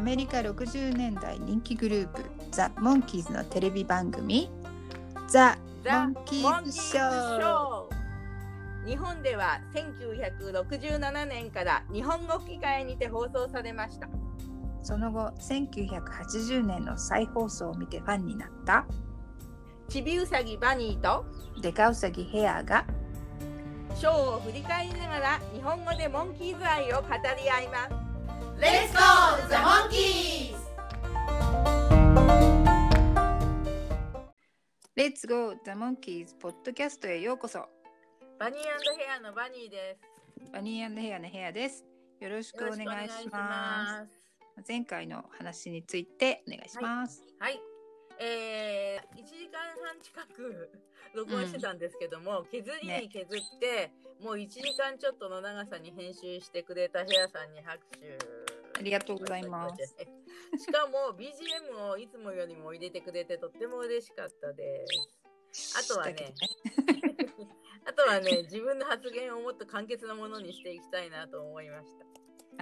メリカ60年代人気グループザ・モンキーズのテレビ番組ザ・モンキーズショー。 日本では1967年から日本語吹き替えにて放送されました。 その後1980年の再放送を見てファンになったちびうさぎバニーとデカウサギヘアがショーを振り返りながら日本語でモンキーズ愛を語り合います。 Let's go the monkeys! Let's go the monkeys ポッドキャストへようこそ。 バニー&ヘアのバニーです。 バニー&ヘアのヘアです。よろしくお願いします。前回の話についてお願いします。 はい、1時間半近く録音してたんですけども、削りに削って、もう1時間ちょっとの長さに編集してくれたヘアさんに拍手。 ありがとうございます。 しかも BGM をいつもよりも入れてくれてとっても嬉しかったです。あとはね自分の発言をもっと簡潔なものにしていきたいなと思いました。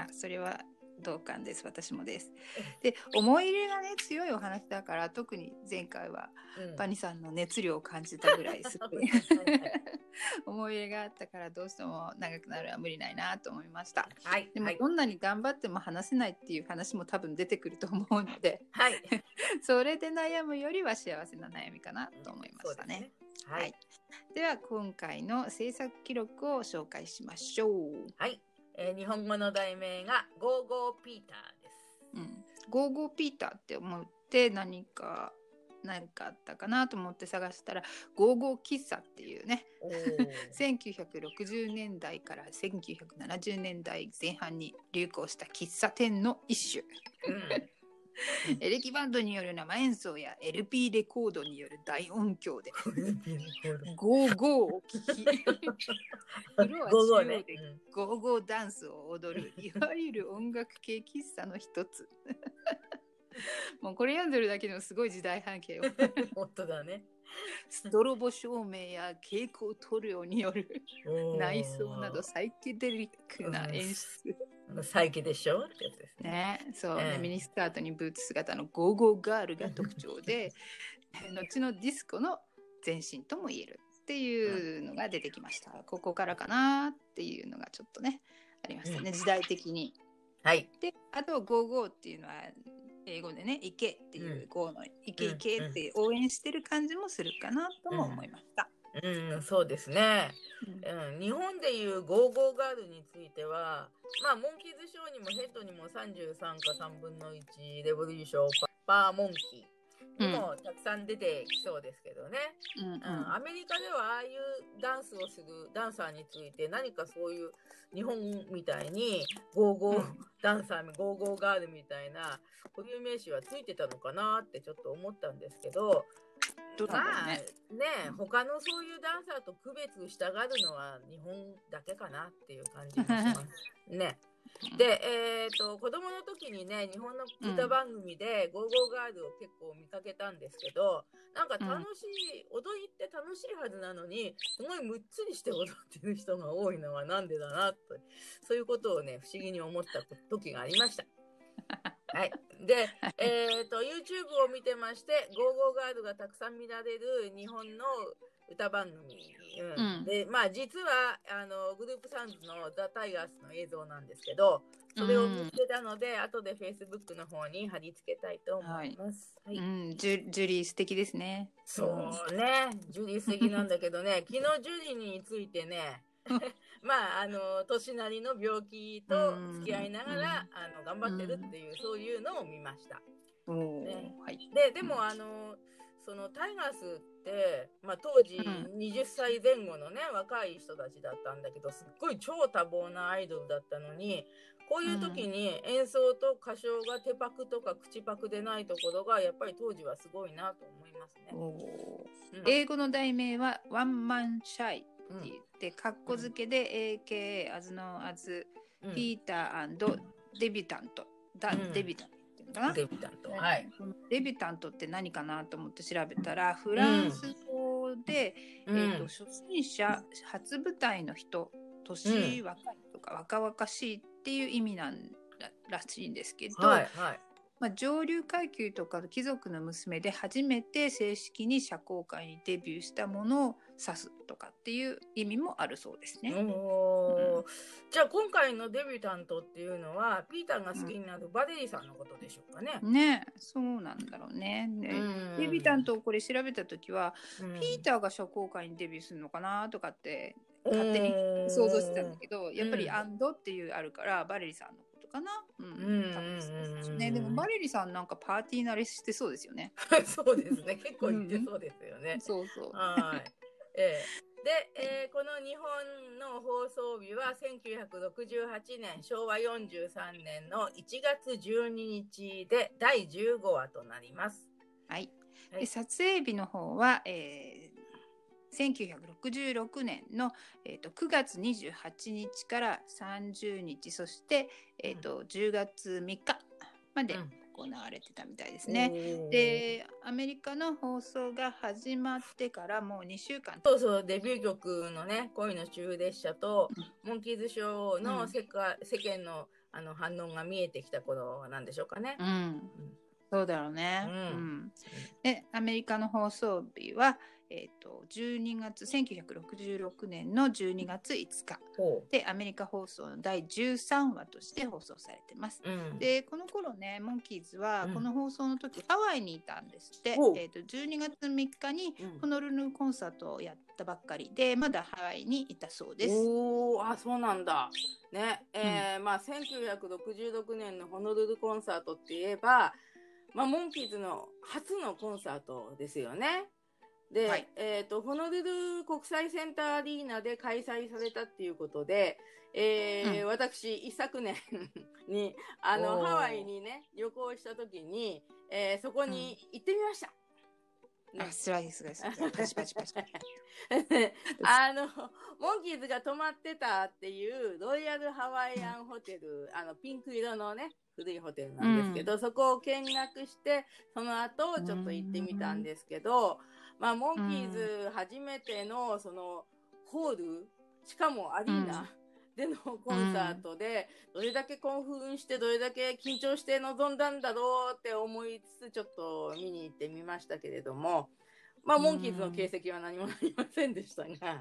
それは同感です。私もです。で、思い入れがね強いお話だから、特に前回はバニさんの熱量を感じたぐらいすごい思い入れがあったから、どうしても長くなるは無理ないなと思いました。 はい、 でもどんなに頑張っても話せないっていう話も多分出てくると思うので、 はい、 それで悩むよりは幸せな悩みかなと思いましたね。はい、では今回の制作記録を紹介しましょう。 はい、日本語の題名がゴーゴーピーターです。 ゴーゴーピーターって思って何かあったかなと思って探したら、ゴーゴー喫茶っていうね1960年代から1970年代前半に流行した喫茶店の一種、エレキバンドによる生演奏や LP レコードによる大音響でゴーゴーを聴きフロア中央でゴーゴーダンスを踊る、いわゆる音楽系喫茶の一つもうこれ読んでるだけでもすごい時代背景を本当だね。 ストロボ照明や蛍光塗料による内装などサイケデリックな演出、 サイケでしょってやつですね。そうね、ミニスカートにブーツ姿のゴーゴーガールが特徴で後のディスコの前身とも言えるっていうのが出てきました。ここからかなっていうのがちょっとねありましたね、時代的に。 はい。 で、あとゴーゴーっていうのは英語でね、行けっていうゴーの行け行けって応援してる感じもするかなとも思いました。 そうですね、日本でいうゴーゴーガールについては、モンキーズショーにもヘッドにも33か3分の1レボリューションパーモンキーにもたくさん出てきそうですけどね、アメリカではああいうダンスをするダンサーについて何かそういう日本みたいにゴーゴーダンサー、ゴーゴーガールみたいな固有名詞はついてたのかなってちょっと思ったんですけど、他のそういうダンサーと区別したがるのは日本だけかなっていう感じがしますね。で、子供の時にね、日本の歌番組でゴーゴーガールを結構見かけたんですけど、なんか楽しい、踊りって楽しいはずなのに、すごいむっつりして踊ってる人が多いのはなんでだなと、そういうことをね、不思議に思った時がありました。はい、で、YouTube を見てまして、ゴーゴーガールがたくさん見られる日本の歌番組、で、実はグループサウンズのザ・タイガースの映像なんですけど、それを見つけたので、後で Facebook の方に貼り付けたいと思います。 ジュリー素敵ですね。 そうね、ジュリー素敵なんだけどね、昨日ジュリーについてね年なりの病気と付き合いながら頑張ってるっていう、そういうのを見ました。でもそのタイガースって、当時20歳前後のね若い人たちだったんだけど、すっごい超多忙なアイドルだったのに、こういう時に演奏と歌唱が手パクとか口パクでないところがやっぱり当時はすごいなと思いますね。 英語の題名はワンマンシャイって言ってカッコ付けで AKA as known as Peter and デビュタントデビュタントっていうのかな。 デビュタント、はい。 デビュタントって何かなと思って調べたら、フランス語で、初心者初舞台の人、年若いとか若々しいっていう意味なんらしいんですけど、 上流階級とか貴族の娘で初めて正式に社交界にデビューしたものを指すとかっていう意味もあるそうですね。 じゃあ今回のデビュタントっていうのはピーターが好きになるバレリさんのことでしょうかね。 ね、そうなんだろうね。デビュタントをこれ調べた時は、ピーターが社交界にデビューするのかなとかって勝手に想像してたんだけど、やっぱりアンドっていうあるからバレリさんのことかな。でもバレリさんなんかパーティー慣れしてそうですよね。 そうですね、結構言ってそうですよね。 そうそう。 はい。で、この日本の放送日は1968年昭和43年の1月12日で第15話となります。 はい。で撮影日の方は、1966年の、9月28日から30日そして、10月3日まで行われてたみたいですね。でアメリカの放送が始まってからもう2週間。 そうそう、デビュー曲のね「恋の終列車」と、モンキーズショーの世間の反応が見えてきた頃なんでしょうかね。 そうだろうね。でアメリカの放送日は1966年の12月5日でアメリカ放送の第13話として放送されてます。でこの頃ねモンキーズはこの放送の時、ハワイにいたんですって。12月3日にホノルルコンサートをやったばっかりでまだハワイにいたそうです。 そうなんだね。1966年のホノルルコンサートって言えば、モンキーズの初のコンサートですよね。で、ホノルル国際センターアリーナで開催されたっていうことで、私一昨年にハワイにね旅行した時に、そこに行ってみました。 すごいすごいすごいパチパチパチパチモンキーズが泊まってたっていうロイヤルハワイアンホテル、ピンク色のね古いホテルなんですけど、そこを見学してその後ちょっと行ってみたんですけど、モンキーズ初めてのそのホール、しかもアリーナでのコンサートで、どれだけ興奮してどれだけ緊張して臨んだんだろうって思いつつちょっと見に行ってみましたけれども、モンキーズの形跡は何もありませんでしたが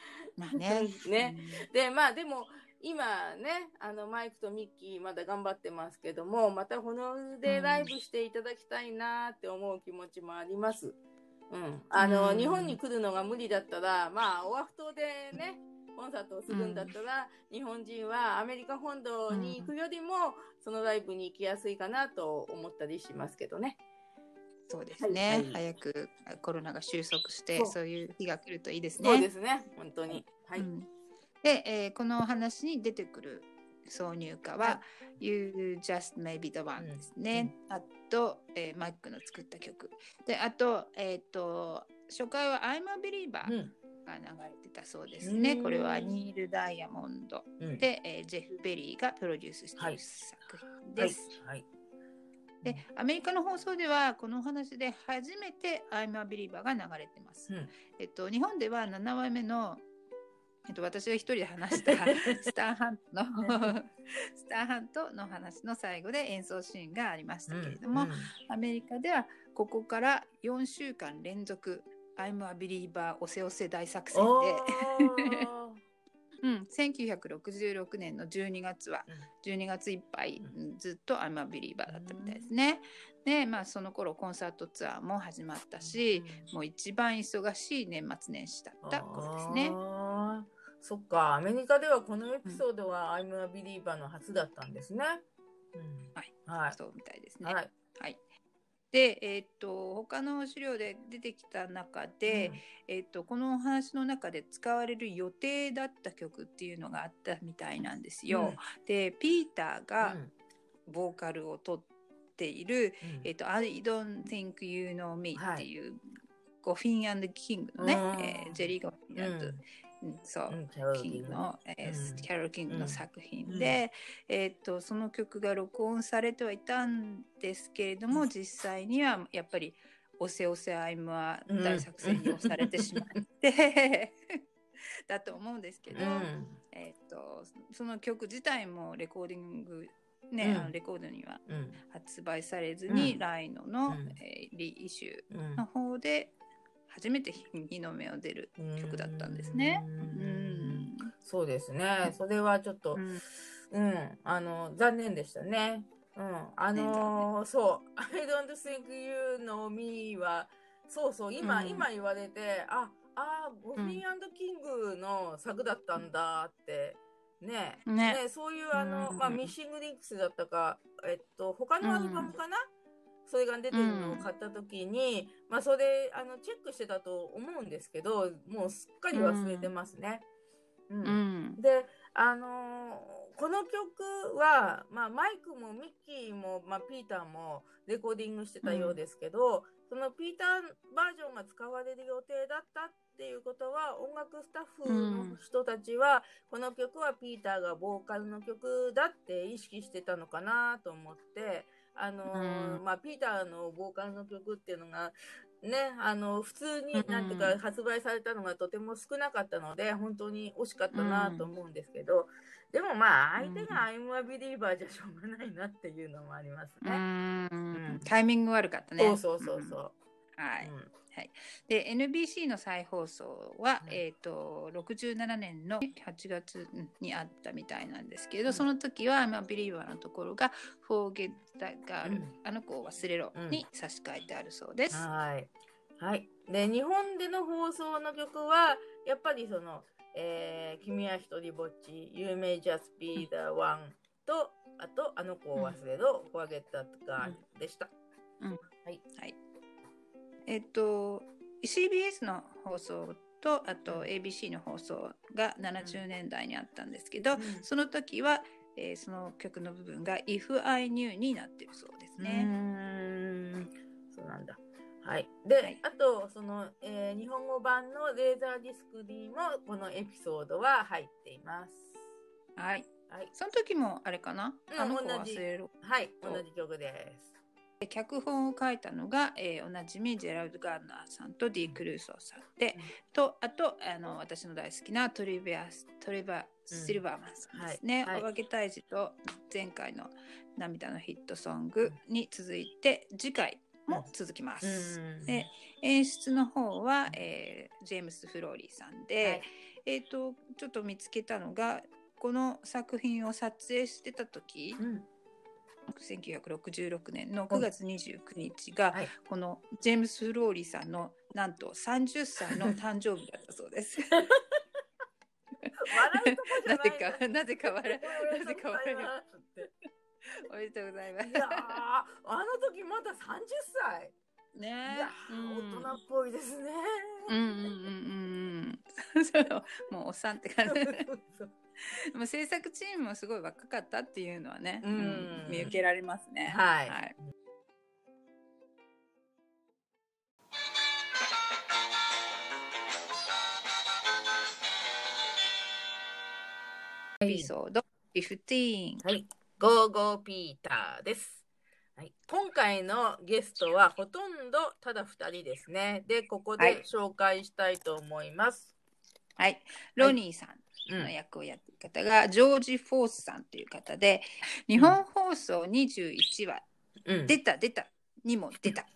でも今ねマイクとミッキーまだ頑張ってますけども、またホノルルでライブしていただきたいなって思う気持ちもあります。日本に来るのが無理だったらオアフ島でねコンサートをするんだったら、日本人はアメリカ本土に行くよりも、そのライブに行きやすいかなと思ったりしますけどね。 そうですね、早くコロナが収束してそういう日が来るといいですね。 そうですね、本当に。 で、この話に出てくる挿入歌は、You Just May Be the One ですね。あと、マイクの作った曲で、あと、初回は I'm a Believer、が流れてたそうですね。これはニール・ダイヤモンドで、ジェフ・ベリーがプロデュースしている作品です。でアメリカの放送ではこのお話で初めて I'm a Believer が流れてます。日本では7話目の私が一人で話したスターハントの話の最後で演奏シーンがありましたけれども、アメリカではここから4週間連続 I'm a Believer おせおせ大作戦で1966年の12月は12月いっぱいずっと I'm a Believer だったみたいですね。でその頃コンサートツアーも始まったし、もう一番忙しい年末年始だった頃ですね。 そっか、アメリカではこのエピソードは I'm a Believer の初だったんですね。 そうみたいですね。で、他の資料で出てきた中で、このお話の中で使われる予定だった曲っていうのがあったみたいなんですよ。でピーターがボーカルを取っている、I don't think you know me っていう、ゴフィン&キングのね、ジェリー・ゴフィン&キングの、キャロル・キングの作品で、その曲が録音されてはいたんですけれども、実際にはやっぱりおせおせアイムは大作戦に押されてしまってだと思うんですけど、その曲自体もレコーディングね、レコードには発売されずに、ライノの、リイシュの方で初めて日の目を出る曲だったんですね。 そうですね。それはちょっと、残念でしたね。そう、I don't think you know me は、そう、今言われて、ゴフィー&キングの作だったんだって、ね、そういうミッシングリンクスだったか、他のアルバムかな、それが出てるのを買った時に、それ、チェックしてたと思うんですけど、もうすっかり忘れてますね。で、この曲は、マイクもミッキーも、ピーターもレコーディングしてたようですけど、そのピーターバージョンが使われる予定だったっていうことは、音楽スタッフの人たちは、この曲はピーターがボーカルの曲だって意識してたのかなと思って、ピーターのボーカルの曲っていうのが、ね、普通になんていうか発売されたのがとても少なかったので、本当に惜しかったなと思うんですけど、でも相手が I'm a believer じゃしょうがないなっていうのもありますね。 タイミング悪かったね。 そう。 はい。で NBC の再放送は、67年の8月にあったみたいなんですけど、その時はビリーバーのところが Forget that girl、あの子を忘れろに差し替えてあるそうです。 はい。で日本での放送の曲はやっぱりその、君は一人ぼっち You may just be the one とあとあの子を忘れろ、Forget that girl でした。 CBS の放送とあと ABC の放送が70年代にあったんですけど、その時は、その曲の部分が If I Knew になってるそうですね。 そうなんだ。で、あとその、日本語版のレーザーディスクにもこのエピソードは入っています。 その時もあれかな、あの子忘れろ。 同じ曲です。 脚本を書いたのが、おなじみジェラルド・ガーナーさんとディ・クルーソーさんで、あと私の大好きなトリバー・シルバーマンさんですね。お化け退治と前回の涙のヒットソングに続いて次回も続きます。で演出の方は、ジェームス・フローリーさんで、ちょっと見つけたのがこの作品を撮影してた時、1966年の9月29日が、このジェームス・フローリーさんのなんと30歳の誕生日だったそうです。なぜか笑う。おめでとうございます。 いやあの時まだ30歳。 ね、 いや大人っぽいですね。 もうおっさんって感じ。もう制作チームもすごい若かったっていうのはね、見受けられますね。エピソード15。 ゴーゴーピーターです。今回のゲストはほとんどただ2人ですね。で、ここで紹介したいと思います。 ロニーさんの役をやっている方が、ジョージ・フォースさんという方で、日本放送21話、出たにも出た。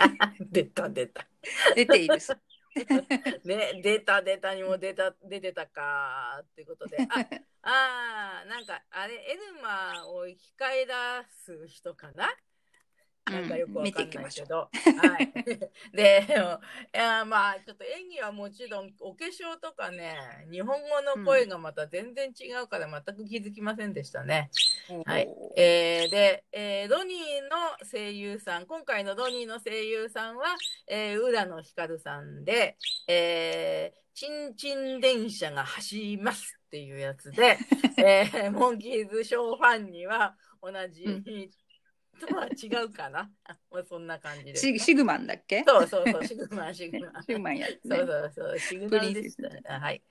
出ている。 ね、出たにも出てたかっていうことで、なんかあれエルマを控え出す人かな。なんかよくわかんないけど、で、ちょっと演技はもちろんお化粧とかね、日本語の声がまた全然違うから全く気づきませんでしたね。で、ロニーの声優さん、今回のロニーの声優さんは、浦野光さんで、チンチン電車が走りますっていうやつで、モンキーズショーファンには同じ、とは違うかな。そんな感じです、ね。 シグマンだっけ？ そう、シグマンやつ、ね。そう、シグマンでしたね。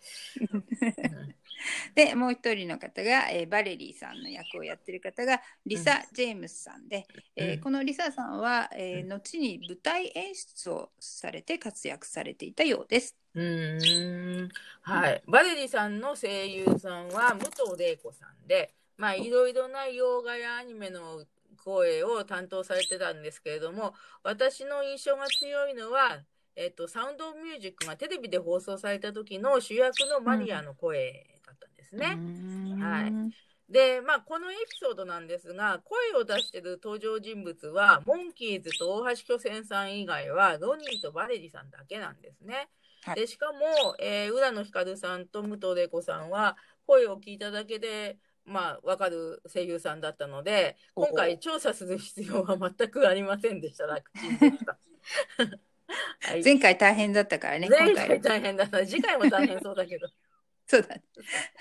で、もう一人の方が、バレリーさんの役をやってる方がリサ・ジェームスさんで、このリサさんは、後に舞台演出をされて活躍されていたようです。 バレリーさんの声優さんは武藤玲子さんで、 まあいろいろな洋画やアニメの声を担当されてたんですけれども、私の印象が強いのは、サウンドオブミュージックがテレビで放送された時の主役のマリアの声だったんですね。はい。で、まあ、このエピソードなんですが、声を出している登場人物は、モンキーズと大橋巨泉さん以外は、ロニーとバレリさんだけなんですね。で、しかも、浦野光さんと武藤玲子さんは、声を聞いただけで、まあ、わかる声優さんだったので、今回調査する必要は全くありませんでした。楽ちんでした。 はい、前回大変だったからね。 前回大変だった。次回も大変そうだけど。 そうだね。はい。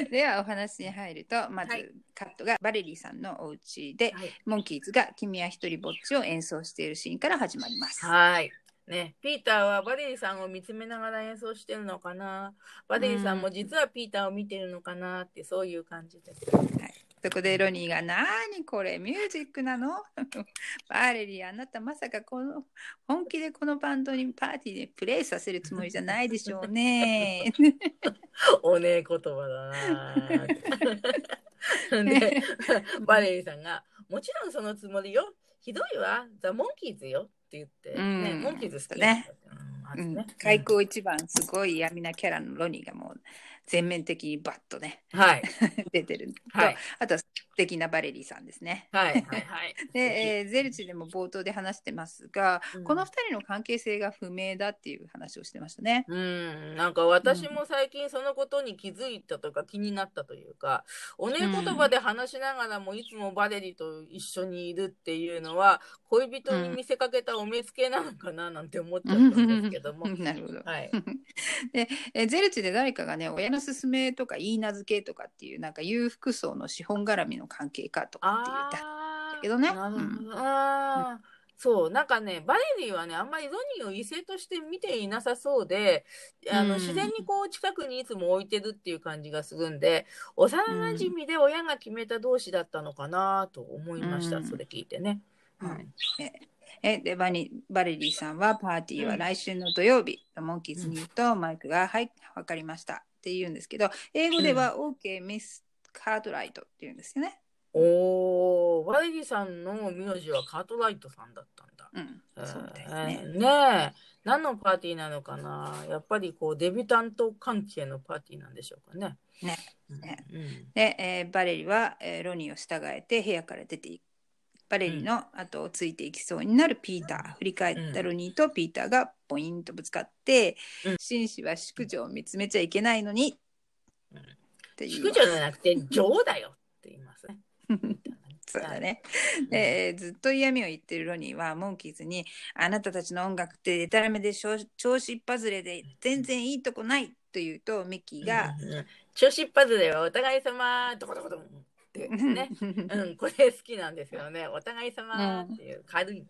ではお話に入ると、まずカットがバレリーさんのお家で、モンキーズが君は一人ぼっちを演奏しているシーンから始まります。 はい。ね、ピーターはバレリーさんを見つめながら演奏してるのかな。バレリーさんも実はピーターを見てるのかなって、そういう感じです。 はい。そこでロニーが、なにこれミュージックなのバレリー、あなたまさか本気でこのバンドにパーティーでプレイさせるつもりじゃないでしょうね。 おねえ言葉だな。で、バレリーさんが、もちろんそのつもりよ。ひどいわ。ザ・モンキーズよって言って、ね、モンキーズ好きね。 開口一番すごい闇なキャラのロニーがもう全面的にバッとね、 はい、 出てると、 はい、 あとは素敵なバレリーさんですね。 はいはいはい。 で、ゼルチでも冒頭で話してますが、この2人の関係性が不明だっていう話をしてましたね。 なんか私も最近そのことに気づいたとか気になったというか、おねえ言葉で話しながらもいつもバレリと一緒にいるっていうのは恋人に見せかけたお目付けなのかななんて思っちゃったんですけども。 なるほど。 はい。 で、ゼルチで誰かがね、親の勧めとか言い名付けとかっていうなんか裕福層の資本絡みの関係かとかって言ったけどね。 なるほど。そう、なんかね、バレリーはね、あんまりロニーを異性として見ていなさそうで、自然にこう近くにいつも置いてるっていう感じがするんで、幼馴染で親が決めた同士だったのかなと思いました、それ聞いてね。 でバレリーさんはパーティーは来週の土曜日、モンキーズに言うと、マイクが、はい、わかりましたって言うんですけど、英語では OK、ミス・カートライトって言うんですよね。 バレリーさんの名字はカートライトさんだったんだ。 そうですね。 ねえ、何のパーティーなのかな。やっぱりこうデビュタント関係のパーティーなんでしょうかね。で、バレリーは、ロニーを従えて部屋から出ていく。バレリーの後をついていきそうになるピーター、振り返ったロニーとピーターがポインとぶつかって、紳士は淑女を見つめちゃいけないのに、 淑女じゃなくて女王だよって言いますね。 そうだね。ずっと嫌味を言ってるロニーはモンキーズに、あなたたちの音楽ってデタラメで調子っぱずれで全然いいとこないと言うと、ミッキーが、 調子っぱずれはお互い様どこどこどこってね、これ好きなんですよね。お互い様っていう軽い、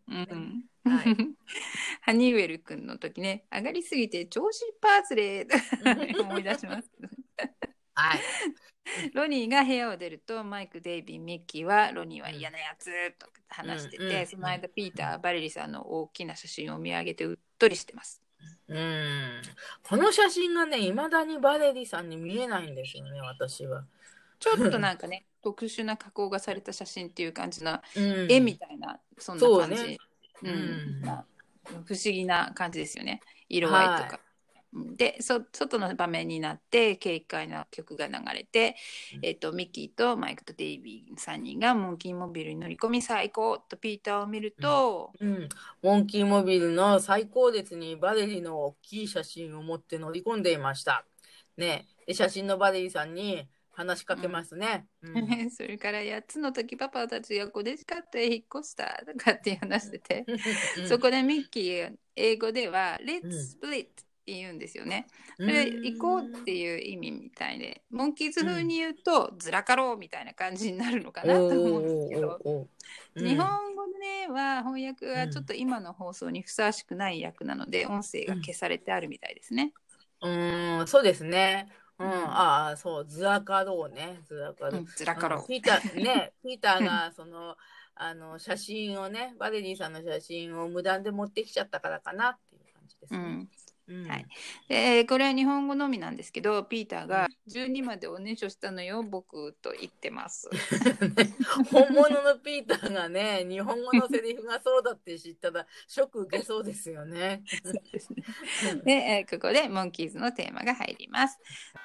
ハニーウェル君の時ね、上がりすぎて調子パーツレー思い出します。 はい。 ロニーが部屋を出ると、マイク、デイビー、ミッキーはロニーは嫌なやつと話してて、その間ピーター、バレリさんの大きな写真を見上げてうっとりしてます。 この写真がね、いまだにバレリさんに見えないんですよね、私は。 ちょっとなんかね、特殊な加工がされた写真っていう感じな、絵みたいな、そんな感じ。不思議な感じですよね。色合いとか。で、外の場面になって軽快な曲が流れて、ミッキーとマイクとデイビー3人がモンキーモビルに乗り込み最高とピーターを見ると、 モンキーモビルの最高列にバレリの大きい写真を持って乗り込んでいました。ね、で写真のバレリさんに話しかけますね。 それから8つの時パパたちがこでしかって引っ越したとかって話してて、そこでミッキー英語では Let's splitって言うんですよね。それ行こうっていう意味みたいで、モンキーズ風に言うとずらかろうみたいな感じになるのかなと思うんですけど、日本語では翻訳はちょっと今の放送にふさわしくない訳なので、音声が消されてあるみたいですね。 そうですね。そう、ずらかろうね。ずらかろう。 ずらかろう。 ピーターがその写真をね、バレリーさんの写真を無断で持ってきちゃったからかなっていう感じですね。 はい、でこれは日本語のみなんですけど、ピーターが12までおねしょしたのよ僕と言ってます。 本物のピーターがね、日本語のセリフがそうだって知ったらショック受けそうですよね。 そうですね。で、ここでモンキーズのテーマが入ります。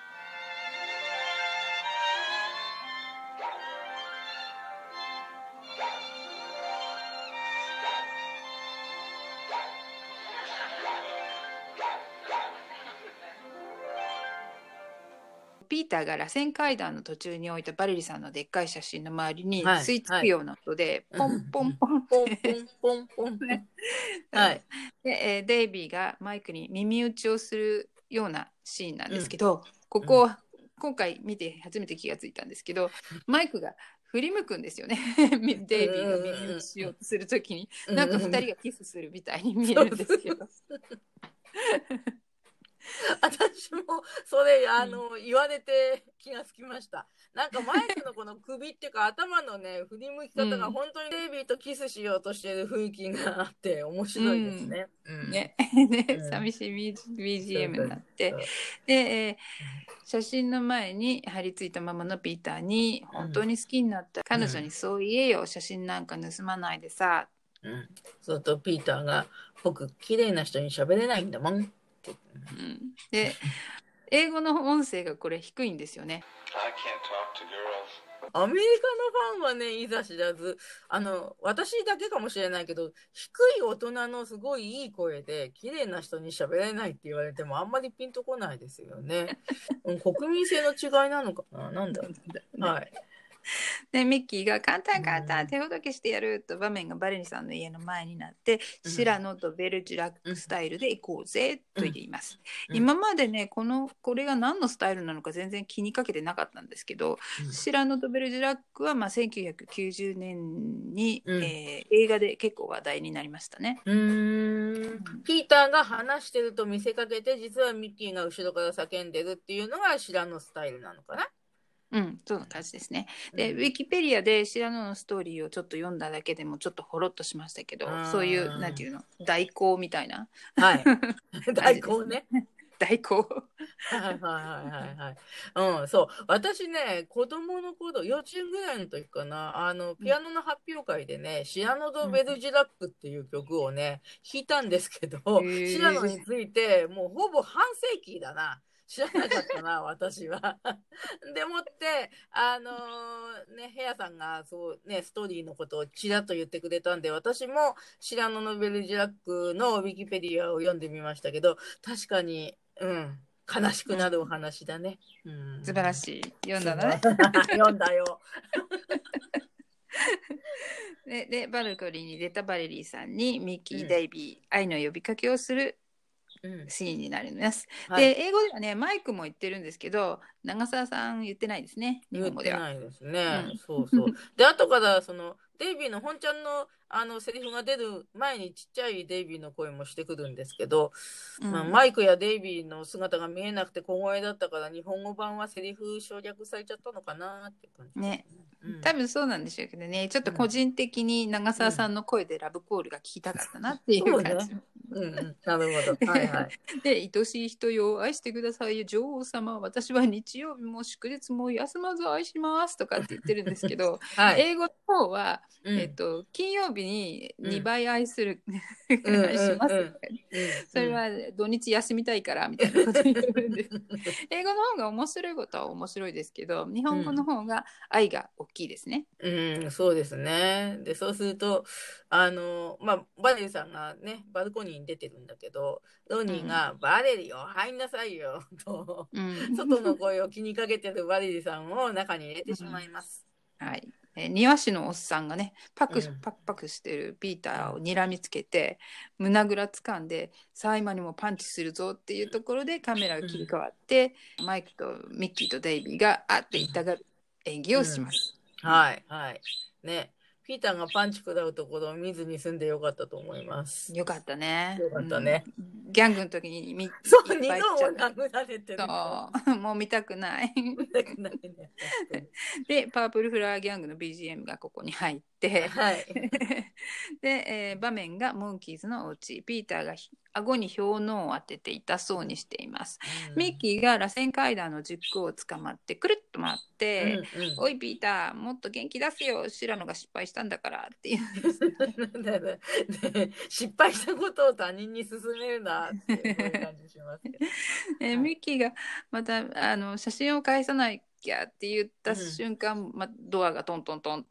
ピーターが螺旋階段の途中に置いたバレリさんのでっかい写真の周りに吸い付くような音で、ポンポンポンポンポンポンポンね。はい。 で、デイビーがマイクに耳打ちをするようなシーンなんですけど、ここ、今回見て初めて気がついたんですけど、マイクが振り向くんですよね。デイビーが耳打ちしようとするときに、なんか2人がキスするみたいに見えるんですけど。 私もそれ言われて気がつきました。なんかマイクのこの首っていうか頭のね振り向き方が本当にデイビーとキスしようとしてる雰囲気があって面白いですね。 ね、寂しい BGM になって、で、写真の前に張り付いたままのピーターに、本当に好きになった彼女にそう言えよ、写真なんか盗まないでさ。 そうとピーターが僕綺麗な人に喋れないんだもん。 で、英語の音声がこれ低いんですよね。 アメリカのファンはね、いざ知らず、私だけかもしれないけど、低い大人のすごいいい声で、綺麗な人に喋れないって言われても、あんまりピンとこないですよね。国民性の違いなのかな、なんだろう。はい。 でミッキーが簡単手ほどきしてやると場面がバレリさんの家の前になって、シラノとベルジュラックスタイルで行こうぜと言います。今までねこれが何のスタイルなのか全然気にかけてなかったんですけど、シラノとベルジュラックは1990年に、映画で結構話題になりましたね。 ピーターが話してると見せかけて実はミッキーが後ろから叫んでるっていうのがシラノスタイルなのかな。 そうな感じですね。で、ウィキペディアでシラノのストーリーをちょっと読んだだけでもちょっとほろっとしましたけど、そういうなんていうの代行みたいな、 はい、代行ね。 代行。 そう私ね子供の頃幼稚園ぐらいの時かなピアノの発表会でね、シラノ・ド・ベルジュラックっていう曲をね弾いたんですけど、シラノについてもうほぼ半世紀だな。知らなかったな私は。でもってヘアさんがそうねストーリーのことをちらっと言ってくれたんで、私もシラノ・ベルジュラックのウィキペディアを読んでみましたけど、確かに悲しくなるお話だね。 素晴らしい。読んだね。 読んだよ。 でバルコニーに出たバレリーさんにミッキー、デイビー愛の呼びかけをするシーンになります。で英語ではねマイクも言ってるんですけど、長澤さん言ってないですね。日本語では言ってないですね。そうそう。で後からデイビーの本ちゃんのセリフが出る前にちっちゃいデイビーの声もしてくるんですけど、マイクやデイビーの姿が見えなくて小声だったから日本語版はセリフ省略されちゃったのかなって感じね。多分そうなんでしょうけどね、ちょっと個人的に長澤さんの声でラブコールが聞きたかったなっていう感じ。 なるほど。はいはい。 で愛しい人よ愛してくださいよ女王様、私は日曜日も祝日も休まず愛しますとかって言ってるんですけど、英語の方は、金曜日に2倍愛する、愛しますとか、それは土日休みたいからみたいなこと言ってるんです。英語の方が面白いことは面白いですけど、日本語の方が愛が大きいですね。 そうですね。でそうするとバレリーさんがねバルコニーに出てるんだけど、ロニーがバレリーよ入んなさいよと、外の声を気にかけてるバレリーさんを中に入れてしまいます。 はい。庭師のおっさんがねパクパクしてるピーターを睨みつけて、胸ぐらつかんでさあ今にもパンチするぞっていうところでカメラが切り替わって、マイクとミッキーとデイビーがあって痛がる演技をします。 はいはいね。 ピーターがパンチ食らうところを見ずに済んでよかったと思います。 よかったね。 よかったね。 ギャングの時にそういっぱい 2度も来ちゃった。 殴られてる。 そうもう見たくない。 見たくないね。 でパープルフラワーギャングの BGM がここに入って、 はい。 で、場面がモンキーズのお家。ピーターが顎に氷のを当てて痛そうにしています。ミッキーが螺旋階段の軸を捕まってくるっと回って、おいピーターもっと元気出せよ、シラノが失敗したんだからっていう失敗したことを他人に勧めるなっていう感じしますけど、 ミッキーがまた写真を返さないきゃって言った瞬間、ドアがトントントン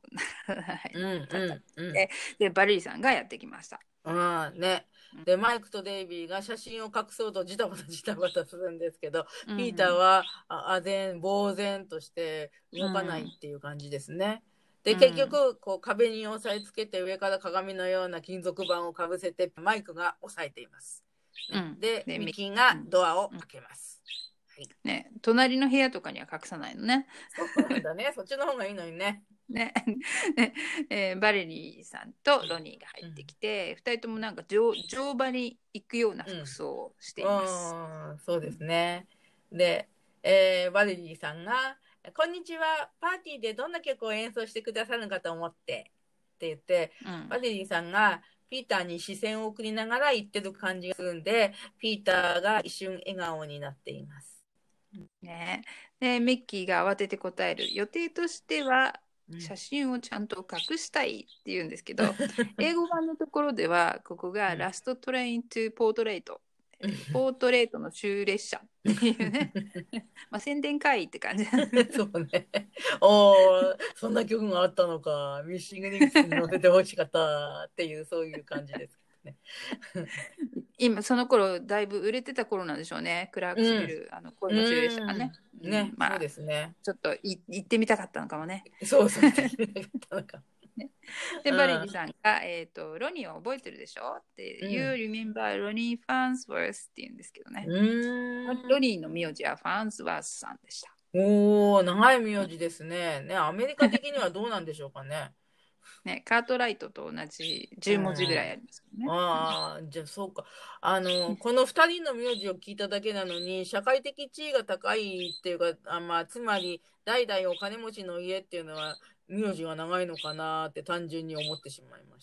でバレリーさんがやってきました。 ね。でマイクとデイビーが写真を隠そうとジタバタジタバタするんですけど、ピーターは呆然として動かないっていう感じですね。で結局こう壁に押さえつけて上から鏡のような金属板をかぶせてマイクが押さえています。でミッキーがドアを開けます。 ね、隣の部屋とかには隠さないのね。 そうなんだね。そっちの方がいいのにね。 ねバレリーさんとロニーが入ってきて、2人ともなんか乗馬に行くような服装をしています。そうですね。で、バレリーさんが「こんにちは、パーティーでどんな曲を演奏してくださるのかと思って」って言って、バレリーさんがピーターに視線を送りながら言ってる感じがするんで、ピーターが一瞬笑顔になっています。 ね、でミッキーが慌てて答える。予定としては写真をちゃんと隠したいって言うんですけど、英語版のところではここがラストトレイントゥポートレート、ポートレートの終列車っていうね宣伝会って感じそうね。そんな曲があったのか、ミッシングリンクスに載せてほしかったっていうそういう感じですね。 今その頃だいぶ売れてた頃なんでしょうね。クラークスビル、恋の終列車がね。 そうですね。 ちょっと行ってみたかったのかもね。 そう行ってみたかったのか。 でバレリーさんが、ロニーを覚えてるでしょっていう、You remember ロニー・ファンスワースって言うんですけどね。ロニーの名字はファンスワースさんでした。 長い名字ですね。アメリカ的にはどうなんでしょうかね。 カートライトと同じ10文字ぐらいありますね。 じゃあそうか。この2人の名字を聞いただけなのに社会的地位が高いっていうか、つまり代々お金持ちの家っていうのは名字が長いのかなって単純に思ってしまいました。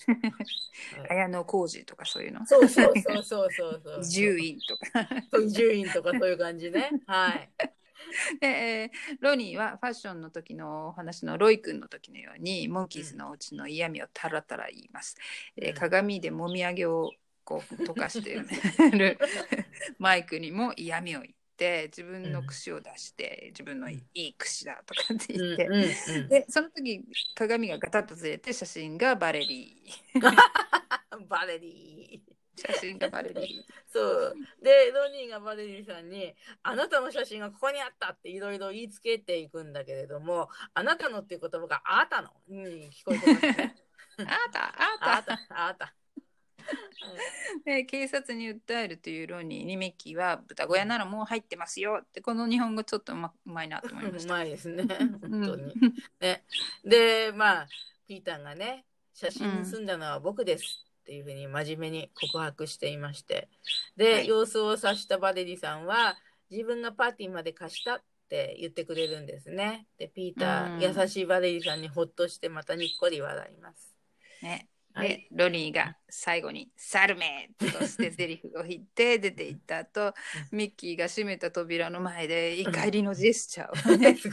綾野浩二とかそういうの。 そう。 伊集院とか。 伊集院とかそういう感じね。はい。 でロニーはファッションの時のお話のロイ君の時のようにモンキーズのお家の嫌味をたらたら言います。鏡でもみあげをこう溶かしてるマイクにも嫌味を言って自分の櫛を出して自分のいい櫛だとかって言って、でその時鏡がガタッとずれて写真がバレリーバレリー写真がバレリーそうでロニーがバレリーさんにあなたの写真がここにあったっていろいろ言いつけていくんだけれども、あなたのっていう言葉があなたのに聞こえてますね。あなたで警察に訴えるというロニーにミッキーは豚小屋ならもう入ってますよって、この日本語ちょっとうまいなと思いました。 うまいですね本当に、ね、でピーターがね写真盗んだのは僕ですっていうふうに真面目に告白していまして、で、様子を察したバレリさんは自分がパーティーまで貸したって言ってくれるんですね。でピーター、優しいバレリさんにほっとしてまたにっこり笑いますね。でロニーが最後にサルメとしてセリフを言って出て行った後ミッキーが閉めた扉の前で怒りのジェスチャーをね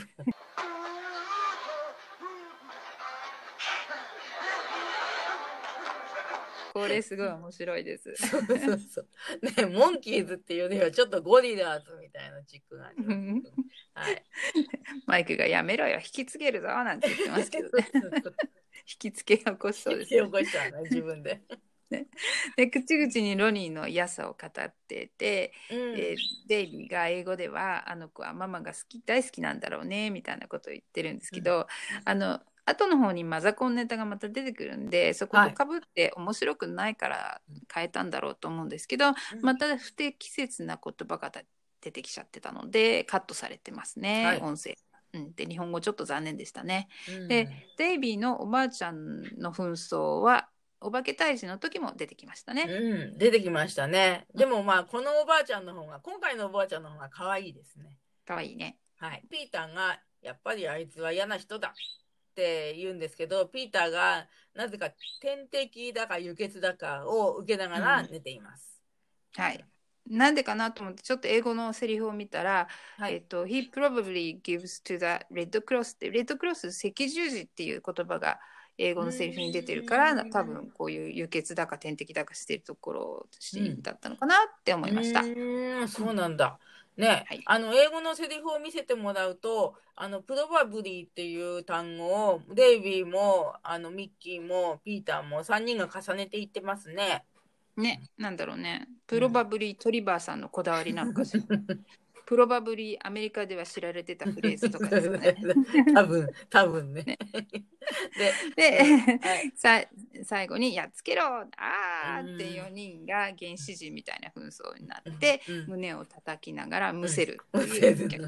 これすごい面白いです。 そうね、モンキーズっていうよりはちょっとゴリラーズみたいなチックがあります、はい、 マイクがやめろよ引きつけるぞなんて言ってますけどね引きつけ起こしそうです、 ね、引き起こしちゃうね自分でで口々にロニーの良さを語ってて、デイビーが英語ではあの子はママが大好きなんだろうねみたいなことを言ってるんですけど、後の方にマザコンネタがまた出てくるんでそことかぶって面白くないから変えたんだろうと思うんですけど、また不適切な言葉が出てきちゃってたのでカットされてますね、音声。 で日本語ちょっと残念でしたね。 うんでデイビーのおばあちゃんの紛争はお化け退治の時も出てきましたね。 うん、出てきましたね。でもまあこのおばあちゃんの方が今回のおばあちゃんの方が可愛いですね。 かわいいね。 はい。ピーターがやっぱりあいつは嫌な人だって言うんですけど、ピーターがなぜか点滴だか輸血だかを受けながら寝ています。 はい。なんでかなと思ってちょっと英語のセリフを見たら、 はい。 He probably gives to the Red Cross ってレッドクロス赤十字っていう言葉が英語のセリフに出てるから多分こういう輸血だか点滴だかしてるところシーンだったのかなって思いました。 そうなんだ。ね、 はい英語のセリフを見せてもらうと、プロバブリーっていう単語をデイビーもミッキーもピーターも3人が重ねて言ってますね。 ね、なんだろうね。プロバブリートリバーさんのこだわりなのかしら。プロバブリーアメリカでは知られてたフレーズとかですね。 多分ね。 で、 はい最後にやっつけろあーって4人が原始人みたいな紛争になって、胸を叩きながらむせるっていう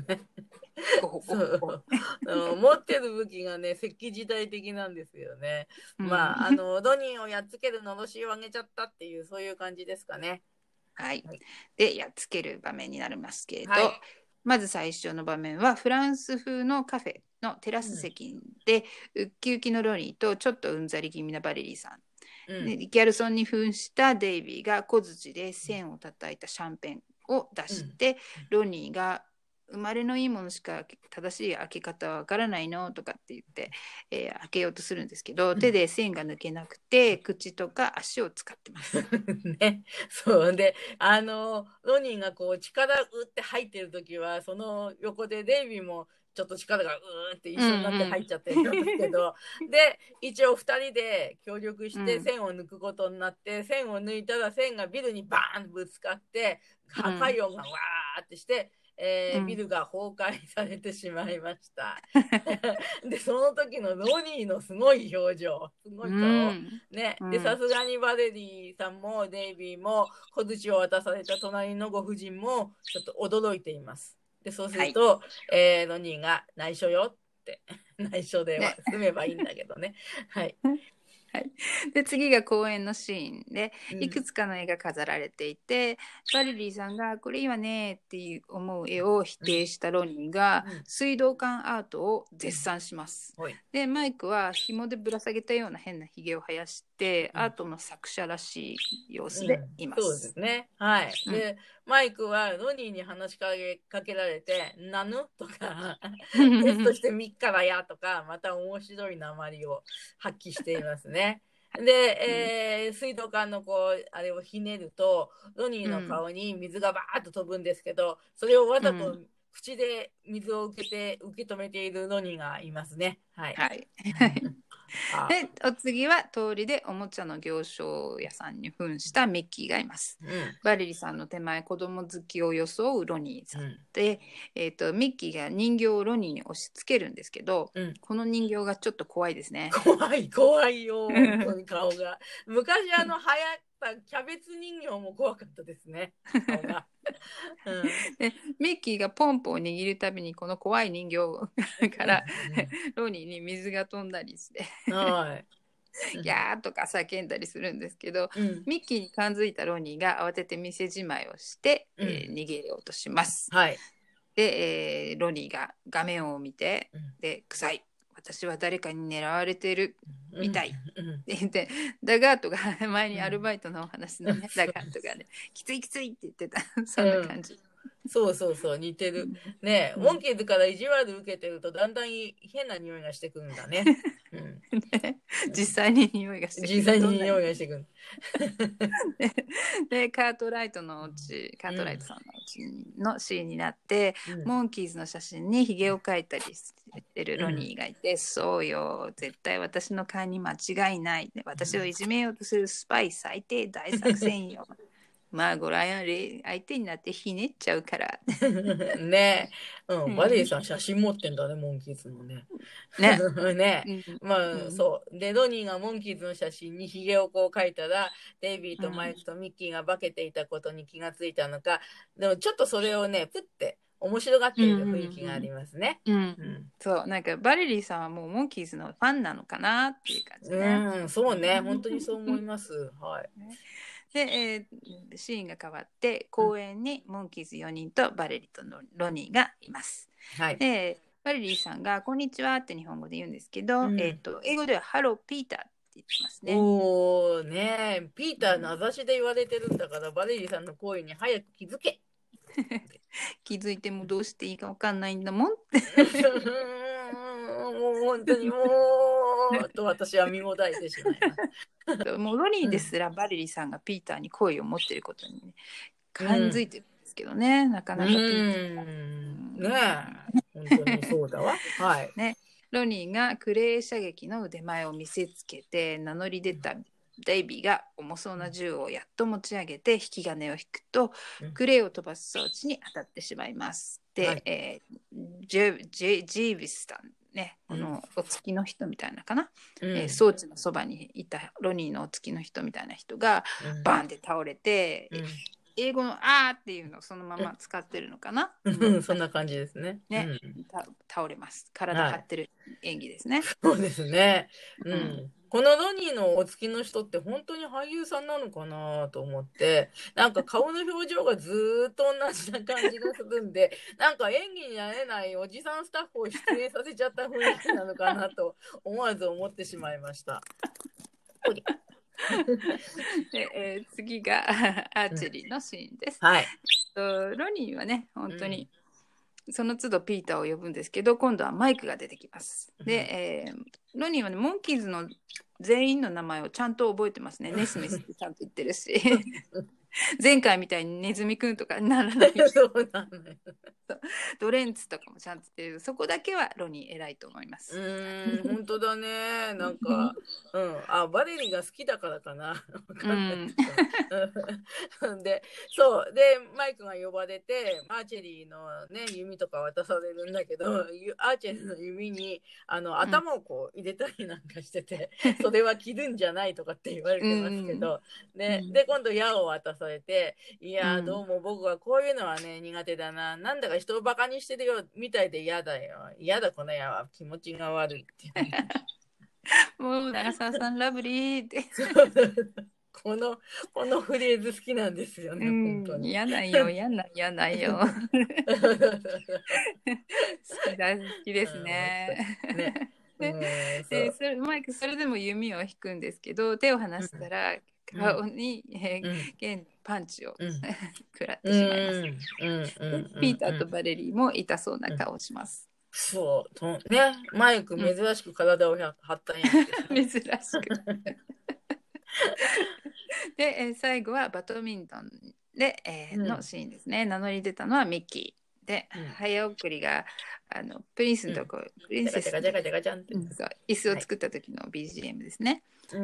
持ってる武器がね石器時代的なんですよね。まあロニーをやっつける罵りをあげちゃったっていうそういう感じですかね。 はい。でやっつける場面になりますけれど、まず最初の場面はフランス風のカフェのテラス席で、ウッキウキのロニーとちょっとうんざり気味なバレリーさん、でギャルソンに扮したデイビーが小槌で線を叩いたシャンペンを出して、ロニーが生まれのいいものしか正しい開け方はわからないのとかって言って、開けようとするんですけど、手で線が抜けなくて口とか足を使ってます。 ね、そうでロニーがこう力打って入ってる時はその横でデイビーもちょっと力がって一緒になって入っちゃってるんですけど、で一応2人で協力して線を抜くことになって、線を抜いたら線がビルにバーンぶつかって破壊音がわーってして、ビルが崩壊されてしまいました。でその時のロニーのすごい表情すごい顔、ね、でさすがにバレリーさんもデイビーも小槌を渡された隣のご婦人もちょっと驚いています。でそうすると、ロニーが内緒よって内緒では済めばいいんだけどね。はいはい、で次が公演のシーンでいくつかの絵が飾られていて、バレリーさんがこれいいわねって思う絵を否定したロニーが水道管アートを絶賛します。でマイクは紐でぶら下げたような変なひげを生やしてアートの作者らしい様子でいます。 そうですね。はい。でマイクはロニーに話しかけられて「なぬ?」とか「テストしてみっからや」とかまた面白い訛りを発揮していますね。で、水道管のこうあれをひねるとロニーの顔に水がバーッと飛ぶんですけど、それをわざと口で水を受け止めているロニーがいますね。はい。でお次は通りでおもちゃの行商屋さんに扮したミッキーがいます。バレリさんの手前子供好きを装うロニーさんで、ミッキーが人形をロニーに押し付けるんですけど、この人形がちょっと怖いですね。 怖いよ本当に顔が。昔流行ったキャベツ人形も怖かったですね。顔が。 でミッキーがポンプを握るたびにこの怖い人形からロニーに水が飛んだりしてギャーとか叫んだりするんですけど、ミッキーに感づいたロニーが慌てて店じまいをして、逃げようとします。で、ロニーが画面を見て、で臭い私は誰かに狙われているみたいって言って、ダガートが前にアルバイトのお話のね、ダガートがねきついきついって言ってたそんな感じ。 そう似てるね。モンキーズから意地悪受けてるとだんだん変な匂いがしてくるんだね。 実際に匂いがしてくる。 実際に匂いがしてくる。 でカートライトさんのうちのシーンになって、モンキーズの写真にひげを描いたりしてるロニーがいて、そうよ絶対私の勘に間違いない、私をいじめようとするスパイ最低大作戦よ。まあご覧やれ相手になってひねっちゃうからねえ、バレリーさん写真持ってんだね、モンキーズのね。ねまあそうでロニーがモンキーズの写真にひげをこう描いたらデイビーとマイクとミッキーが化けていたことに気がついたのか、でもちょっとそれをねプッて面白がっている雰囲気がありますね。 そうなんかバレリーさんはもうモンキーズのファンなのかなっていう感じね。 そうね、本当にそう思います。はい。 で、シーンが変わって公園にモンキーズ4人とバレリーとロニーがいます。 はい。 でバレリーさんが「こんにちは」って日本語で言うんですけど、英語では「ハローピーター」って言ってますね。 おーね、ピーターの名指しで言われてるんだから、バレリーさんの行為に早く気づけ。 気づいてもどうしていいか分かんないんだもんって。 もう本当にもうと私は身もだえてしまいます。 もうロニーですらバレリーさんがピーターに好意を持っていることに、ね、感づいてるんですけどね、なかなかピーターねえ、本当にそうだわ。はい。 ね、ロニーがクレー射撃の腕前を見せつけて名乗り出たデイビーが重そうな銃をやっと持ち上げて引き金を引くと、クレーを飛ばす装置に当たってしまいます。で、はい、ジービスさんね、このお付きの人みたいなかな、装置のそばにいたロニーのお付きの人みたいな人がバンって倒れて、英語の「あー」っていうのをそのまま使ってるのかな、 そんな感じですね。 倒れます。体張ってる演技ですね。 そうですね。このロニーのお付きの人って本当に俳優さんなのかなと思って、なんか顔の表情がずっと同じな感じがするんで、なんか演技になれないおじさんスタッフを出演させちゃった雰囲気なのかなと思わず思ってしまいました。 で次がアーチェリーのシーンです。 はい、 ロニーはね本当にその都度ピーターを呼ぶんですけど、今度はマイクが出てきます。で、ロニーはねモンキーズの全員の名前をちゃんと覚えてますね。ネスミスってちゃんと言ってるし前回みたいにネズミくんとかならないそうなのドレンツとかもちゃんと言ってる。そこだけはロニー偉いと思います。 本当だね。なんか、バレリーが好きだからかな。わかんないけど。で、そう。で、マイクが呼ばれて、アーチェリーのね、弓とか渡されるんだけど、アーチェリーの弓に、頭をこう入れたりなんかしてて、それは切るんじゃないとかって言われてますけど、で、今度矢を渡されて、いや、どうも僕はこういうのはね、苦手だな。なんだか人をバカにしてるよみたいで嫌だよ。嫌だこの矢は気持ちが悪いって。 もう長澤さんラブリーって。 このフレーズ好きなんですよね、本当に。 嫌ないよ、嫌ないよ。好きですね。マイクそれでも弓を引くんですけど、手を離したら顔に、パンチを食らってしまいます。ピーターとバレリーも痛そうな顔をします。 そうね、マイク珍しく体を張ったんや珍しく。で、最後はバドミントンで、のシーンですね。名乗り出たのはミッキーで、早送りがプリンスのとこ、プリンセスの椅子を作った時の BGM ですね。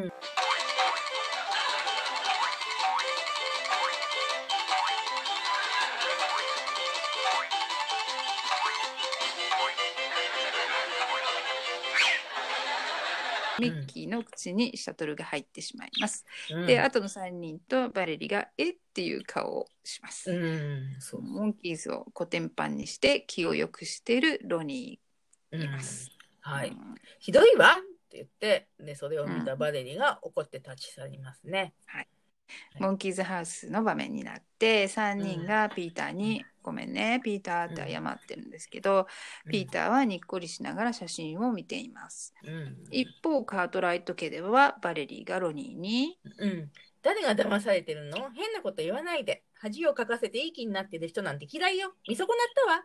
ミッキーの口にシャトルが入ってしまいます。で、あとの3人とバレリが「えっ?」ていう顔をします。モンキーズをコテンパンにして気を良くしているロニーいます。 ひどいわって言って、でそれを見たバレリが怒って立ち去りますね。 モンキーズハウスの場面になって3人がピーターに「ごめんねピーター」って謝ってるんですけど、ピーターはにっこりしながら写真を見ています。一方カートライト家ではバレリーがロニーに誰が騙されてるの？変なこと言わないで。恥をかかせていい気になってる人なんて嫌いよ。見損なったわ。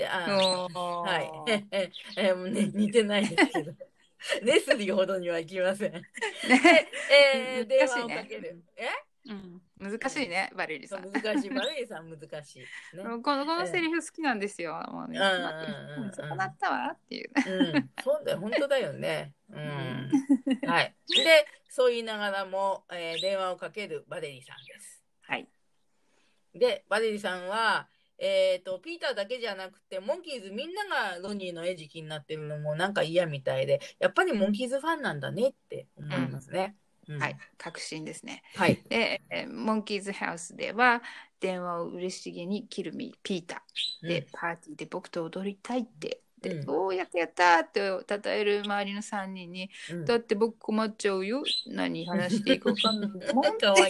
似てないですけど。レスリーほどにはいきません。電話をかける。 難しいね、バレリーさん。 難しい、バレリーさん難しい。 このセリフ好きなんですよ。もうね、そうなったわっていう。 そうだよ、本当だよね。はい。で、そう言いながらも、電話をかけるバレリーさんです。で、バレリーさんは、ピーターだけじゃなくてモンキーズみんながロニーの餌食になってるのもなんか嫌みたいで、やっぱりモンキーズファンなんだねって思いますね。 はい、確信ですね。 はい。 で、モンキーズハウスでは電話を嬉しげに切るピーターで、パーティーで僕と踊りたいってで、おーやったやったって称える周りの3人に、だって僕困っちゃうよ、何話していいか分かんないんだもんかわいい。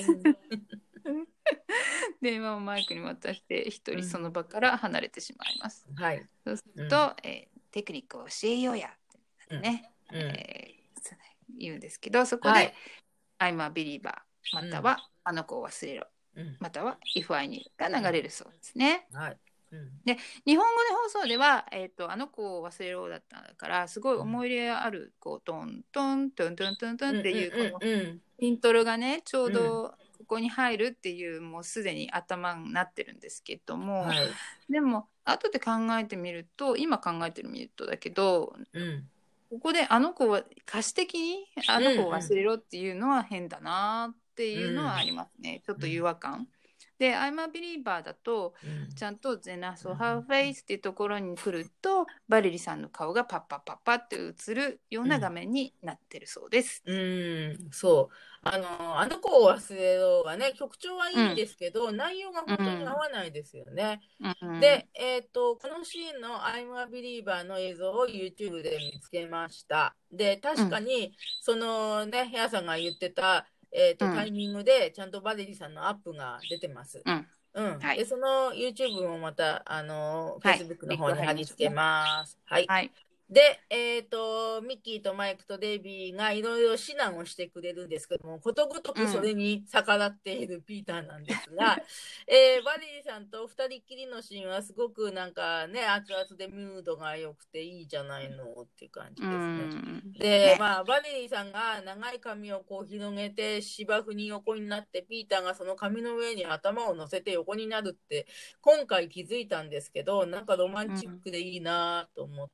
電話をマイクに渡して一人その場から離れてしまいます。 はい。 そうすると、テクニックを教えようやってね、言うんですけど、そこで、I'm a believer または、あの子を忘れろ、または If I Knew が流れるそうですね。で、日本語で放送では、あの子を忘れろだったからすごい思い入れあるこうトントントントントントンっていうこのイントロがねちょうどここに入るっていうもうすでに頭になってるんですけども、でも後で考えてみると今考えてみるとだけど、ここであの子は歌詞的にあの子を忘れろっていうのは変だなっていうのはありますね、ちょっと違和感。で、I'm a believer だと、ちゃんと Then I saw her face っていうところに来ると、バレリさんの顔がパッパッパッパって映るような画面になってるそうです。 そう。あの子を忘れろはね、曲調はいいんですけど、内容が本当に合わないですよね。で、このシーンの I'm a believer の映像を YouTube で見つけました。で、確かに、そのね、ヘアさんが言ってた、タイミングでちゃんとバレリさんのアップが出てます。で、その YouTube もまたFacebook の方に貼り付けます。はい。で、ミッキーとマイクとデイビーがいろいろ指南をしてくれるんですけども、ことごとくそれに逆らっているピーターなんですが、バレリーさんと二人きりのシーンはすごくなんかね、熱々でムードが良くていいじゃないのっていう感じですね。で、まあ、バレリーさんが長い髪をこう広げて芝生に横になって、ピーターがその髪の上に頭を乗せて横になるって、今回気づいたんですけど、なんかロマンチックでいいなと思って、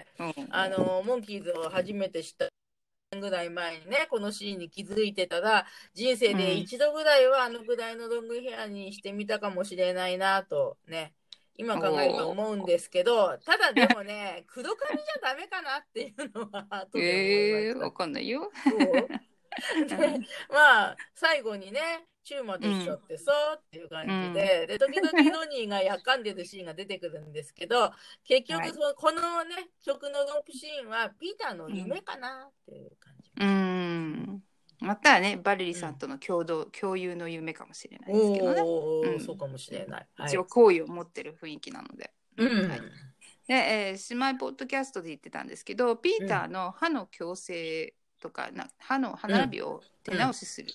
モンキーズを初めて知ったぐらい前にねこのシーンに気づいてたら人生で一度ぐらいはあのぐらいのロングヘアにしてみたかもしれないなとね今考えると思うんですけどただでもね黒髪じゃダメかなっていうのは後で思いました。 わかんないよ。 でまあ最後にねチューまでしちゃってさっていう感じで、で時々ロニーがやっかんでるシーンが出てくるんですけど結局このね曲のロンプシーンはピーターの夢かなっていう感じ。 またねバレリさんとの共有の夢かもしれないですけどね。 そうかもしれない。 一応好意を持ってる雰囲気なので。で、姉妹ポッドキャストで言ってたんですけどピーターの歯の矯正とか歯並びを手直しする、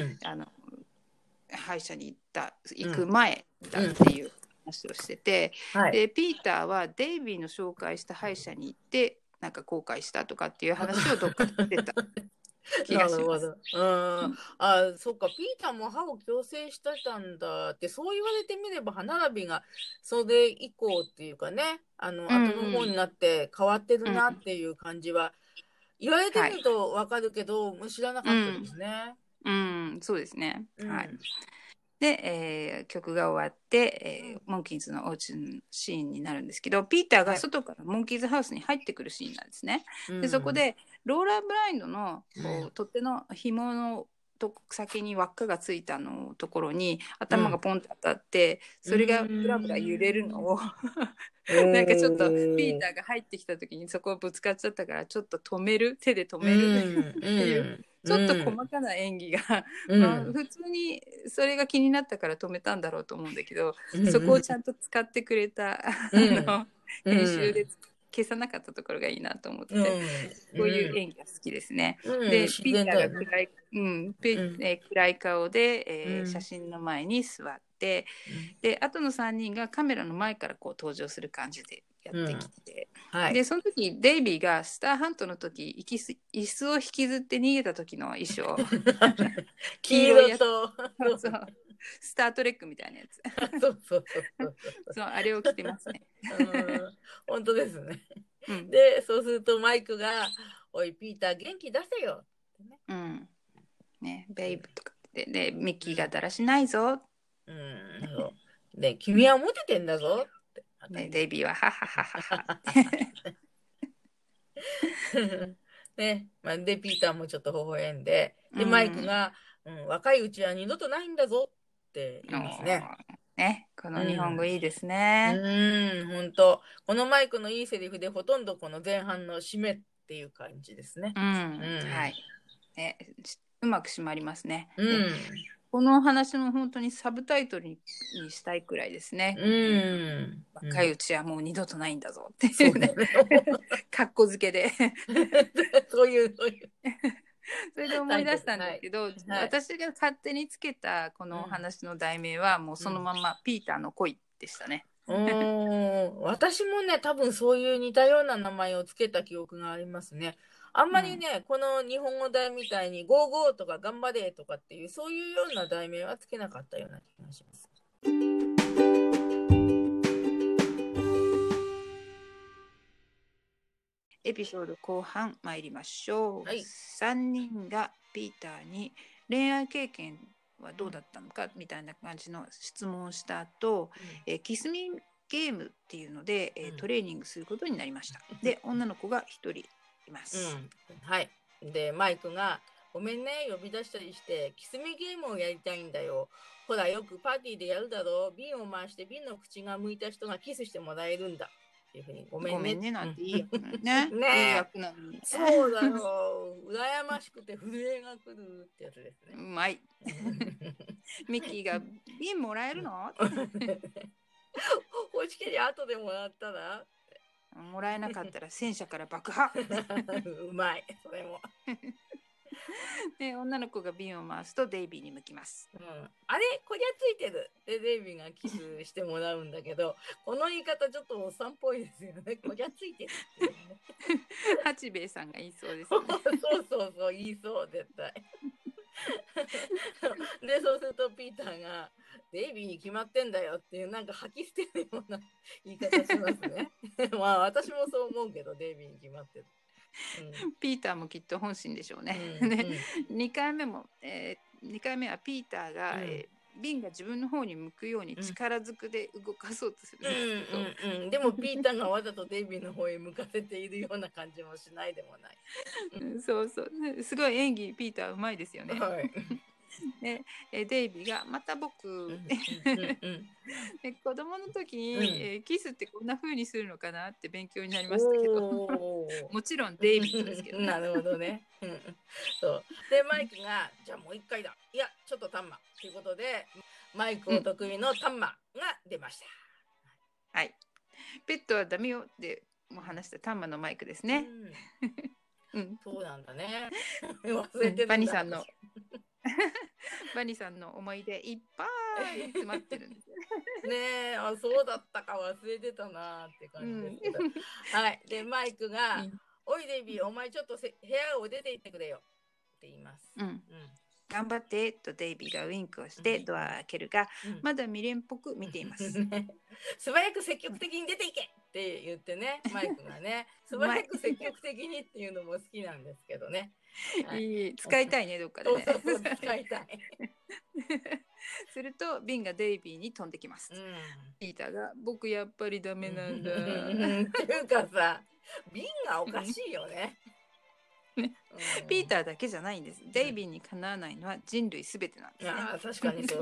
歯医者に行く前だっていう話をしてて、でピーターはデイビーの紹介した歯医者に行ってなんか後悔したとかっていう話をどっかで出た気がします。 そっかピーターも歯を矯正してたんだってそう言われてみれば歯並びがそれ以降っていうかね後の方になって変わってるなっていう感じは言われてみると分かるけど、知らなかったですね。 そうですね。はい。で、曲が終わって、モンキーズのお家のシーンになるんですけどピーターが外からモンキーズハウスに入ってくるシーンなんですね。でそこでローラーブラインドのこう取っ手の紐の先に輪っかがついたのところに頭がポンと当たって、それがブラブラ揺れるのをなんかちょっとピーターが入ってきた時にそこをぶつかっちゃったからちょっと手で止めるっていうちょっと細かな演技が、まあ、普通にそれが気になったから止めたんだろうと思うんだけど、そこをちゃんと使ってくれた編集で消さなかったところがいいなと思って、こういう演技が好きですね。でピーターが暗い顔で、写真の前に座って、で後の3人がカメラの前からこう登場する感じでやってきて、でその時デイビーがスターハントの時椅子を引きずって逃げた時の衣装黄色いやつそうスタートレックみたいなやつそうあれを着てますね。 本当ですね。でそうするとマイクが「おいピーター元気出せよ」 ねベイブとかでミッキーがだらしないぞで君はモテてんだぞデイビーはハハハハハね、で、ピーターもちょっと微笑んで、で、マイクが、若いうちは二度とないんだぞって言いますね。 ね、この日本語いいですね。 本当。このマイクのいいセリフで、ほとんどこの前半の締めっていう感じですね。 はい。ね、うまく締まりますね。この話の本当にサブタイトルにしたいくらいですね。若いうちはもう二度とないんだぞっていうね。かっこづけで。 そういう。 それで思い出したんですけど、私が勝手につけたこの話の題名はもうそのままピーターの恋でしたね。 私もね、多分そういう似たような名前をつけた記憶がありますね。あんまりね、この日本語題みたいにゴーゴーとか頑張れとかっていうそういうような題名はつけなかったような気がします。 エピソード後半参りましょう。3人がピーターに恋愛経験はどうだったのかみたいな感じの質問をした後、キスミゲームっていうので、トレーニングすることになりました。で、女の子が1人います。 はい。で、マイクがごめんね、呼び出したりしてキスミゲームをやりたいんだよ。ほら、よくパーティーでやるだろう。瓶を回して瓶の口が向いた人がキスしてもらえるんだ。っていうふうにごめんねなんていい役ね。いい役なのに。 そうだよ。羨ましくて震えがくるってやつですね。 うまい。ミッキーが瓶もらえるの？ 欲しけりゃ後でもらったら？ もらえなかったら戦車から爆破。 うまい。それも。 で、女の子が瓶を回すとデイビーに向きます。 あれこりゃついてるでデイビーがキスしてもらうんだけど、この言い方ちょっとおっさんっぽいですよね。こりゃついてるっていうね。 八兵衛さんが言いそうですね。 そう言いそう絶対。でそうするとピーターがデイビーに決まってんだよっていうなんか吐き捨てるような言い方しますね。まあ私もそう思うけどデイビーに決まってる。 ピーターもきっと本心でしょうね。2回目も、2回目はピーターが、瓶が自分の方に向くように力ずくで動かそうとするんですけど、 でもピーターがわざとデイビーの方へ向かせているような感じもしないでもない。 そうすごい演技ピーターうまいですよね。でデイビーがまた僕で子供の時に、キスってこんな風にするのかなって勉強になりましたけどもちろんデイビーですけど、 なるほどね。そうでマイクがじゃあもう一回だ、いやちょっとタンマということでマイクお得意のタンマが出ました。 はい、ペットはダメよっても話したタンマのマイクですね。 そうなんだね。忘れてるんだ。 バニさんの思い出いっぱい詰まってるんですよね。そうだったか忘れてたなって感じですけど、はい。でマイクが「おいデイビー、お前ちょっと部屋を出て行ってくれよ」って言います。 頑張ってとデイビーがウインクをしてドアを開けるが、まだ未練っぽく見ています。 素早く積極的に出ていけって言ってね、マイクがね、素早く積極的にっていうのも好きなんですけどね。 使いたいね、どっかでね。 使いたい。 すると瓶がデイビーに飛んできます。ピーターが僕やっぱりダメなんだ。 っていうかさ、瓶がおかしいよね。 ピーターだけじゃないんです。デイビーにかなわないのは人類すべてなんですね。 確かにそう。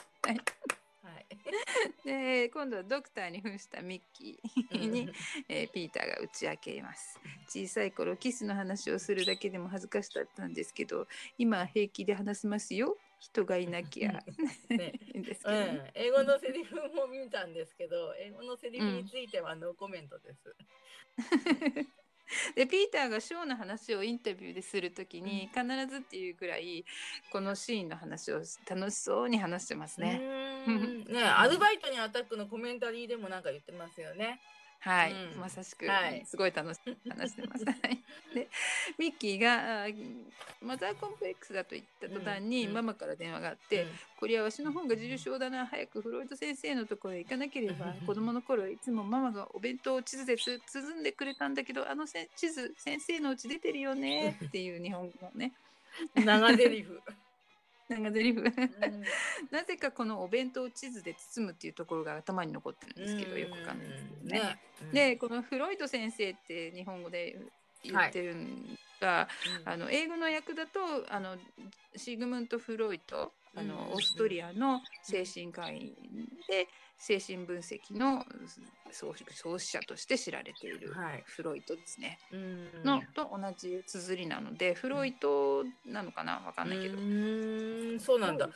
で今度はドクターに扮したミッキーに、ピーターが打ち明けます。小さい頃キスの話をするだけでも恥ずかしかったんですけど、今は平気で話せますよ。人がいなきゃ。 英語のセリフも見たんですけど、英語のセリフについてはノーコメントです。 でピーターがショーの話をインタビューでするときに必ずっていうくらいこのシーンの話を楽しそうに話してますね。 アルバイトにアタックのコメンタリーでもなんか言ってますよね。 はい、まさしく、すごい楽しく話してます。でミッキーがマザーコンプレックスだと言った途端に、ママから電話があって、これはわしの方が重症だな、早くフロイト先生のところへ行かなければ。子供の頃いつもママがお弁当を地図で包んでくれたんだけど、あの地図先生のうち出てるよねっていう日本語のね長ゼリフ長ゼリフなぜかこのお弁当を地図で包むっていうところが頭に残ってるんですけど、よくわかんないですけどね。でこのフロイト先生って日本語で言ってるんが、英語の訳だとシグムント・フロイト、オーストリアの精神科医で精神分析の創始者として知られているフロイトですね、のと同じ綴りなのでフロイトなのかな、わかんないけど、 そうなんだ。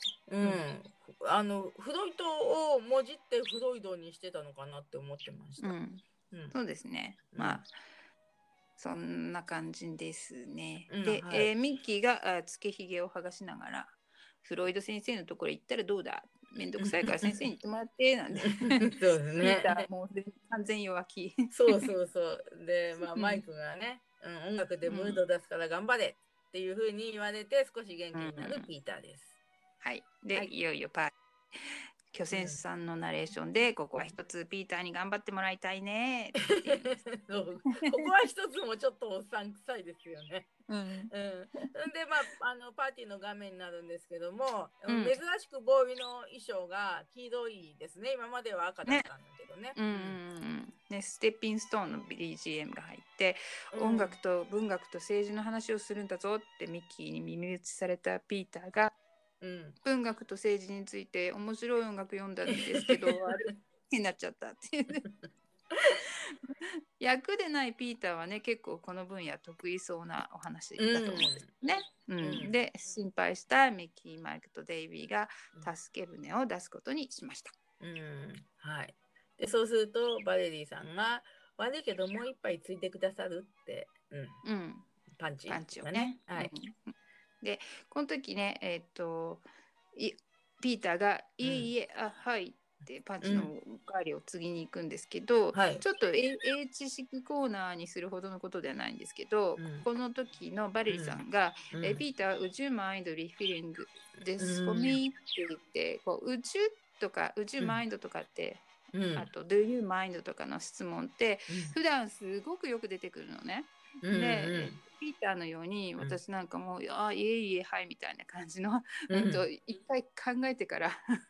フロイトをもじってフロイドにしてたのかなって思ってました。 そうですね。まあそんな感じですね。で、ミッキーがつけひげを剥がしながらフロイド先生のところ行ったらどうだ、めんどくさいから先生に言ってもらってなんでそうですね。 ピーターもう完全弱気そうで、マイクがね、音楽でムード出すから頑張れっていう風に言われて少し元気になるピーターです。 はいで、いよいよパーティー巨泉さんのナレーションで、ここは一つピーターに頑張ってもらいたいねって言うんです。 ここは一つもちょっとおっさん臭いですよね。でパーティーの画面になるんですけども、珍しくボーイの衣装が黄色いですね。今までは赤だったんだけどね。 ステッピンストーンの BGM が入って、音楽と文学と政治の話をするんだぞってミッキーに耳打ちされたピーターが、文学と政治について面白い音楽読んだんですけどあれになっちゃったっていう役でないピーターはね、結構この分野得意そうなお話だと思うんですね。で心配したミッキー、マイクとデイビーが助け舟を出すことにしました。 でそうするとバレリーさんが悪いけどもう一杯ついてくださるって、パンチをね。 でこの時ね、ピーターが「いえいえ、はい」ってパンチのおかわりを次に行くんですけど、ちょっと英知識コーナーにするほどのことではないんですけど、この時のバレリさんが「ピーター、would you mind refilling this for me?」って言って、こう宇宙とかwould you mindとかって、あと do you mind とかの質問って普段すごくよく出てくるのね。でピーターのように私なんかもう「いえいえはい」みたいな感じの一回考えてから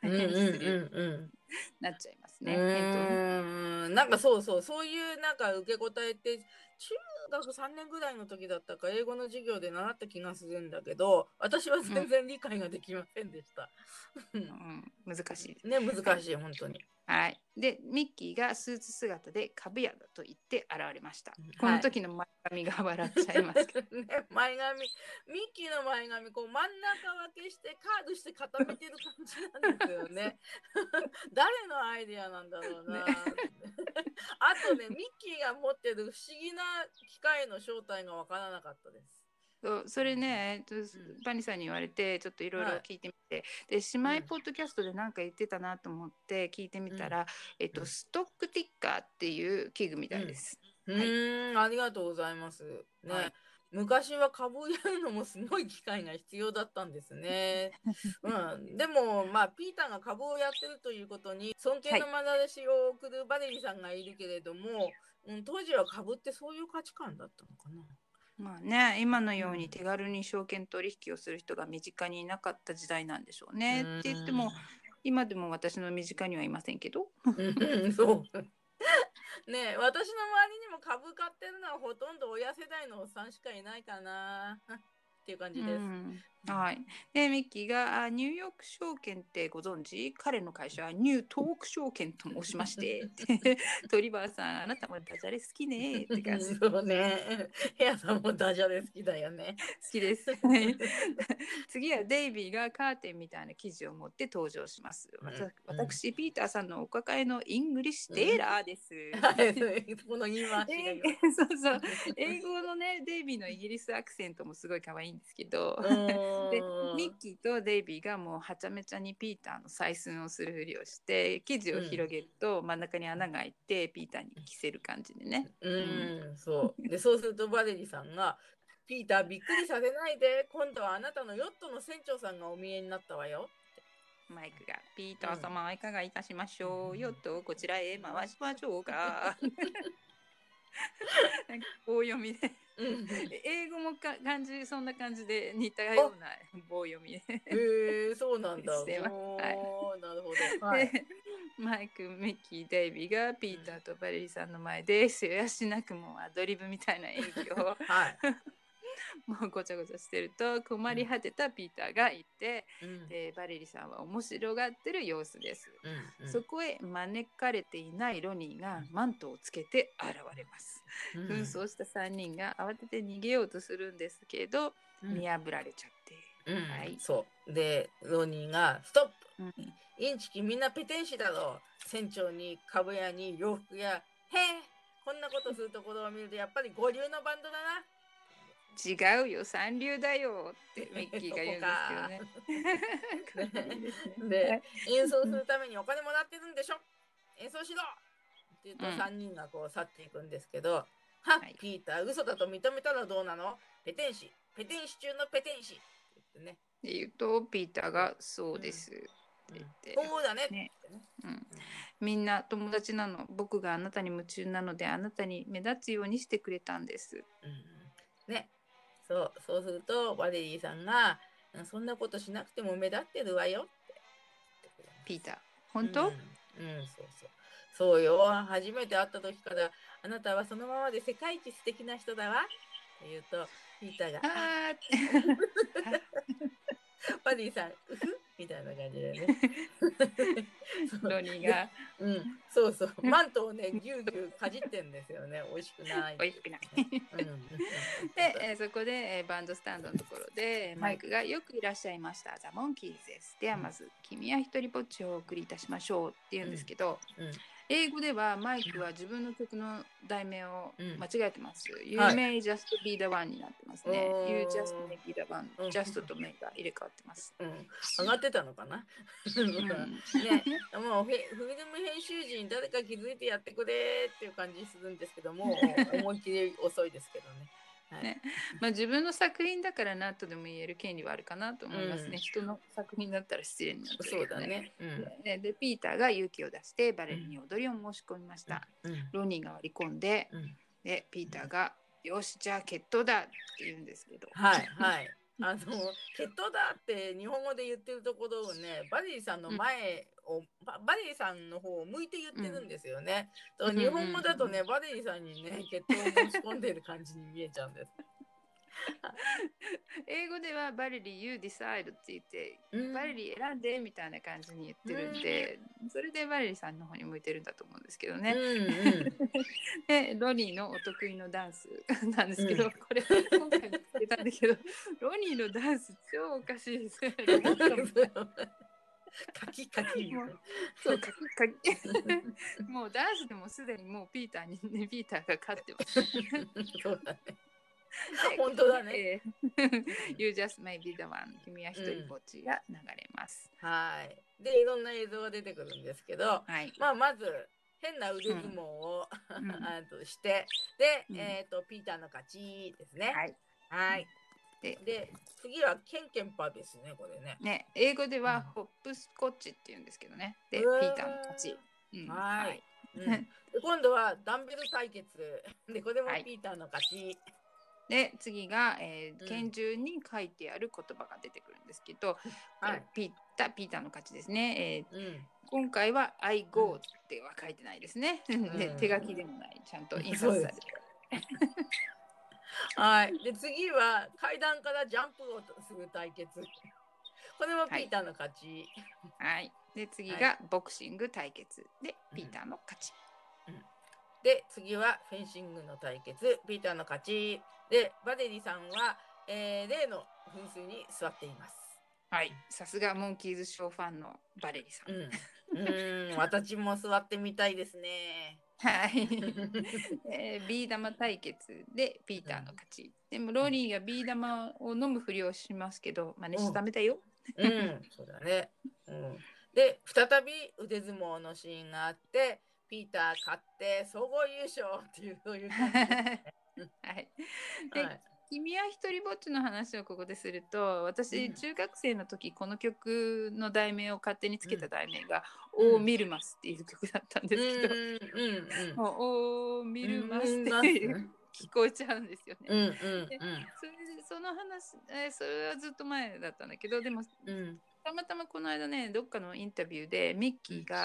なっちゃいますね。 なんかそういうなんか受け答えって中学3年ぐらいの時だったか英語の授業で習った気がするんだけど、私は全然理解ができませんでした。 難しいね、難しい本当に。 でミッキーがスーツ姿で株屋だと言って現れました。この時の前髪が笑っちゃいますけど前髪、ミッキーの前髪こう真ん中分けしてカードして固めてる感じなんですよね誰のアイディアなんだろうな、あとね、ミッキーが持ってる不思議な機械の正体が分からなかったです。 それね、バニさんに言われてちょっといろいろ聞いてみて、で姉妹ポッドキャストで何か言ってたなと思って聞いてみたら、ストックティッカーっていう器具みたいです。 ありがとうございますね。昔は株をやるのもすごい機会が必要だったんですね。でもピーターが株をやってるということに尊敬の眼差しを送るバレリーさんがいるけれども、当時は株ってそういう価値観だったのかな。 今のように手軽に証券取引をする人が身近にいなかった時代なんでしょうね。って言っても今でも私の身近にはいませんけどそうね、私の周りにも株買ってるのはほとんど親世代のおっさんしかいないかなっていう感じです。 でミッキーがニューヨーク証券ってご存知？彼の会社はニュートーク証券と申しましてトリバーさん、あなたもダジャレ好きねって感じ。 そうね、ヘアさんもダジャレ好きだよね。 好きです次はデイビーがカーテンみたいな記事を持って登場します。私ピーターさんのお抱えのイングリッシュテーラーです。 この言い回しがそう英語のねデイビーのイギリスアクセントもすごい可愛いんですけどでミッキーとデイビーがもうはちゃめちゃにピーターの採寸をするふりをして生地を広げると真ん中に穴が開いてピーターに着せる感じでね。 そうするとバレリーさんがピーターびっくりさせないで、今度はあなたのヨットの船長さんがお見えになったわよ。 マイクがピーター様いかがいたしましょう、ヨットをこちらへ回しましょうか棒読みで英語もそんな感じで似たような棒読みでそうなんだ。なるほど。 マイク、ミッキー、デイビーがピーターとバレリーさんの前でせやしなくもアドリブみたいな演技をはいもうごちゃごちゃしてると困り果てたピーターがいて、 うんでバレリーさんは面白がってる様子です。 うんそこへ招かれていないロニーがマントをつけて現れます。 うん紛争した3人が慌てて逃げようとするんですけど、 うん見破られちゃって、 うんはいそうでロニーが「ストップうんインチキみんなペテン師だぞ船長に株屋に洋服屋へえこんなことするところを見るとやっぱり五流のバンドだな」 違うよ三流だよってミッキーが言うんですけどね。かわいいですね。 で演奏するためにお金もらってるんでしょ演奏しろって言うとうん 3人がこう去っていくんですけど「はっはいピーター嘘だと認めたらどうなのペテン師ペテン師中のペテン師」って言ってねで言うとピーターがそうですって言って、 そうだねってねねうん、みんな友達なの。僕があなたに夢中なのであなたに目立つようにしてくれたんです。 ねそうするとバレリーさんがそんなことしなくても目立ってるわよって言ってくれますピーター本当、 そうよ初めて会った時からあなたはそのままで世界一素敵な人だわって言うとピーターがあーバレリーさんうふみたいな感じでねそうロニーがそうマントをねぎゅうぎゅうかじってんですよね美味しくない美味しくない。で、そこで、バンドスタンドのところでマイクがよくいらっしゃいました。ザ・モンキーズです。ではまず、君は一人ぼっちをお送りいたしましょうって言うんですけど、英語ではマイクは自分の曲の題名を間違えてます。You may just be the one になってますね。You just may be the one。just と may が入れ替わってます。 上がってたのかなね、もうフィルム編集時に誰か気づいてやってくれっていう感じするんですけども思いっきり遅いですけどね。 ねまあ、自分の作品だから何とでも言える権利はあるかなと思いますね。人の作品だったら失礼になっちゃうけどね。でピーターが勇気を出してバレルに踊りを申し込みました。ロニーが割り込んで、でピーターがよしじゃあ決闘だって言うんですけど、 決闘だって日本語で言ってるところをねバレリーさんの前を、バレリーさんの方を向いて言ってるんですよね。日本語だとねバレリーさんにね決闘を申し込んでいる感じに見えちゃうんです。 英語ではバレリー You decide って言って、バレリー選んでみたいな感じに言ってるんで、それでバレリーさんの方に向いてるんだと思うんですけどね。でロニーのお得意のダンスなんですけど、これ今回見つけたんだけどロニーのダンス超おかしいです。 カキカキそうカキカキもうダンスでもすでにもうピーターが勝ってます。 そうだね。本当だね。 You just may be the one 君は一人ぼっちが流れます。 はい。でいろんな映像が出てくるんですけど、まず変な腕相撲をして、でピーターの勝ちですね。はい。で次はケンケンパですねこれね。 英語ではホップスコッチって言うんですけどね。でピーターの勝ち。 はい。今度はダンベル対決でこれもピーターの勝ち。 で次が、拳銃に書いてある言葉が出てくるんですけど、ピーターの勝ちですね。今回は I go っては書いてないですね。で手書きでもないちゃんと印刷されてる。 はい。で次は階段からジャンプをする対決。これもピーターの勝ち。 はい。で次がボクシング対決でピーターの勝ち。 で次はフェンシングの対決ピーターの勝ちでバレリーさんは、例の噴水に座っています。 はい、さすがモンキーズショーファンのバレリーさん。 私も座ってみたいですね。 はい。ビー玉対決でピーターの勝ち。でもロニーがビー玉を飲むふりをしますけど真似しちゃダメだよ。 そうだね。で再び腕相撲のシーンがあって。ピーター勝って総合優勝っていうそういう感じですね。 はい。で、君は一人ぼっちの話をここですると、私、中学生の時この曲の題名を勝手につけた題名が「オー・ミルマス」っていう曲だったんですけど、オー・ミルマスって聞こえちゃうんですよね。その話、それはずっと前だったんだけど、でもたまたまこの間ねどっかのインタビューでミッキーが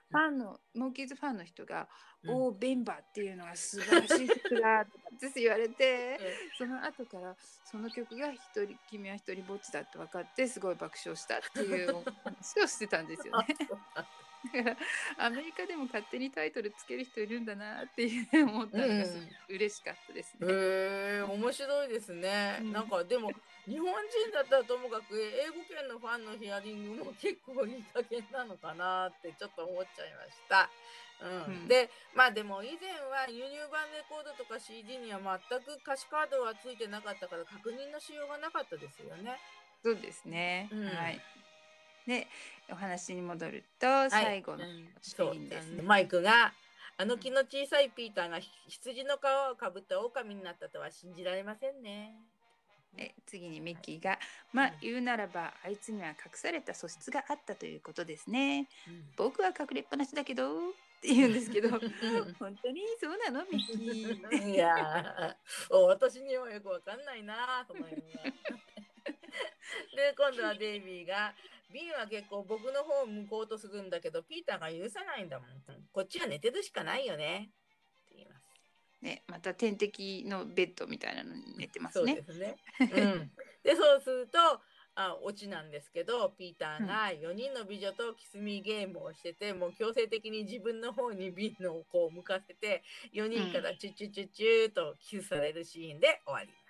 モンキーズファンの人が「 うんおおベンバーっていうのは素晴らしい曲だ」とかって言われて、その後からその曲が君は一人ぼっちだって分かってすごい爆笑したっていう話をしてたんですよね。だからアメリカでも勝手にタイトルつける人いるんだなって思ったのがすごく嬉しかったですね。 面白いですね。 うんなんかでも日本人だったらともかく英語圏のファンのヒアリングも結構いい加減なのかなってちょっと思っちゃいました。でまあでも以前は輸入版レコードとか CD には全く歌詞カードはついてなかったから確認のしようがなかったですよね。 そうですね。はい。でお話に戻ると、 はい、 最後のシーンですね。 マイクが気の小さいピーターが羊の皮をかぶった狼になったとは信じられませんね。 次にミッキーが、言うならばあいつには隠された素質があったということですね。僕は隠れっぱなしだけどって言うんですけど、本当にそうなのミッキー。 いや私にはよくわかんないなと思いながら。で今度はデイビーがビンは結構僕の方を向こうとするんだけどピーターが許さないんだもん。こっちは寝てるしかないよねって言います。 ね、また天敵のベッドみたいなのに寝てますね。 そうですね。でそうするとオチなんですけどピーターが4人の美女とキスミゲームをしてて、もう強制的に自分の方にビンの子を向かせて4人からチュチュチュチューとキスされるシーンで終わります。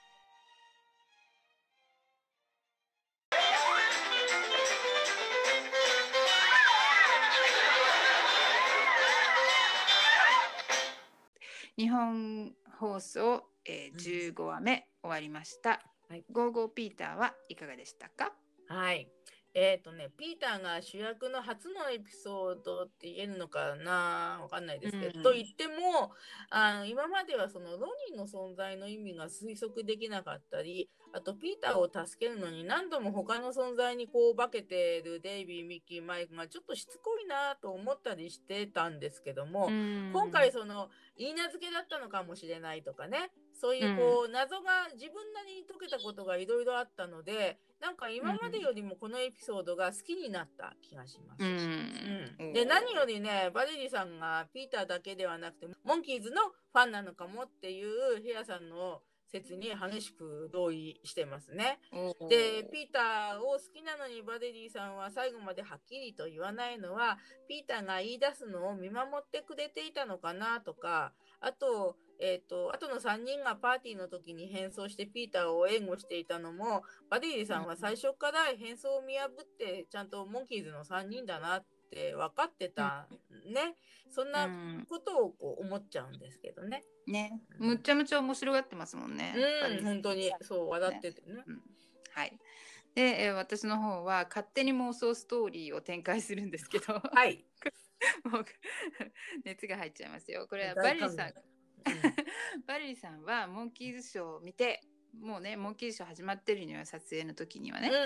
日本放送、15話目終わりました。ゴーゴーピーターはいかがでしたか？ はい。ピーターが主役の初のエピソードって言えるのかな、わかんないですけど、と言っても今まではそのロニーの存在の意味が推測できなかったり、あとピーターを助けるのに何度も他の存在にこう化けてるデイビー、ミッキー、マイクがちょっとしつこいなと思ったりしてたんですけども、今回その言い名付けだったのかもしれないとかね、そういうこう謎が自分なりに解けたことがいろいろあったので、なんか今までよりもこのエピソードが好きになった気がします。で何よりね、バレリさんがピーターだけではなくてモンキーズのファンなのかもっていうヘアさんの説に激しく同意してますね。でピーターを好きなのにバレリーさんは最後まではっきりと言わないのはピーターが言い出すのを見守ってくれていたのかなとか、あとの3人がパーティーの時に変装してピーターを援護していたのもバディさんは最初から変装を見破ってちゃんとモンキーズの3人だなって分かってたね。そんなことをこう思っちゃうんですけどね。 むちゃむちゃ面白がってますもんね。 本当にそう笑っててね。 はい。で、私の方は勝手に妄想ストーリーを展開するんですけど、 はい。 もう熱が入っちゃいますよ。これはバレリさん。バレリさんはモンキーズショーを見て、もうねモンキーズショー始まってるのよ、撮影の時にはね。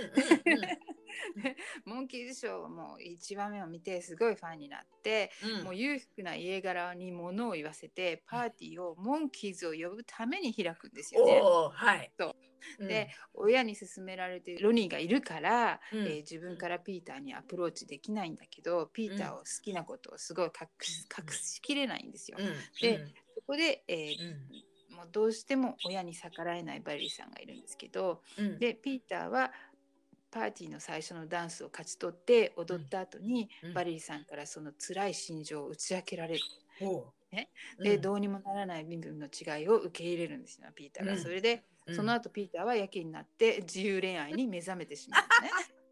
モンキーズショーはもう1話目を見てすごいファンになって、もう裕福な家柄に物を言わせてパーティーをモンキーズを呼ぶために開くんですよね。で、親に勧められてロニーがいるから、自分からピーターにアプローチできないんだけど、ピーターを好きなことをすごい隠しきれないんですよ。でそこで、もうどうしても親に逆らえないバレリさんがいるんですけど、でピーターはパーティーの最初のダンスを勝ち取って踊った後に、バレリさんからその辛い心情を打ち明けられる。でどうにもならない身分の違いを受け入れるんですよピーターが。それでその後ピーターはやけになって自由恋愛に目覚めてしまうんですね。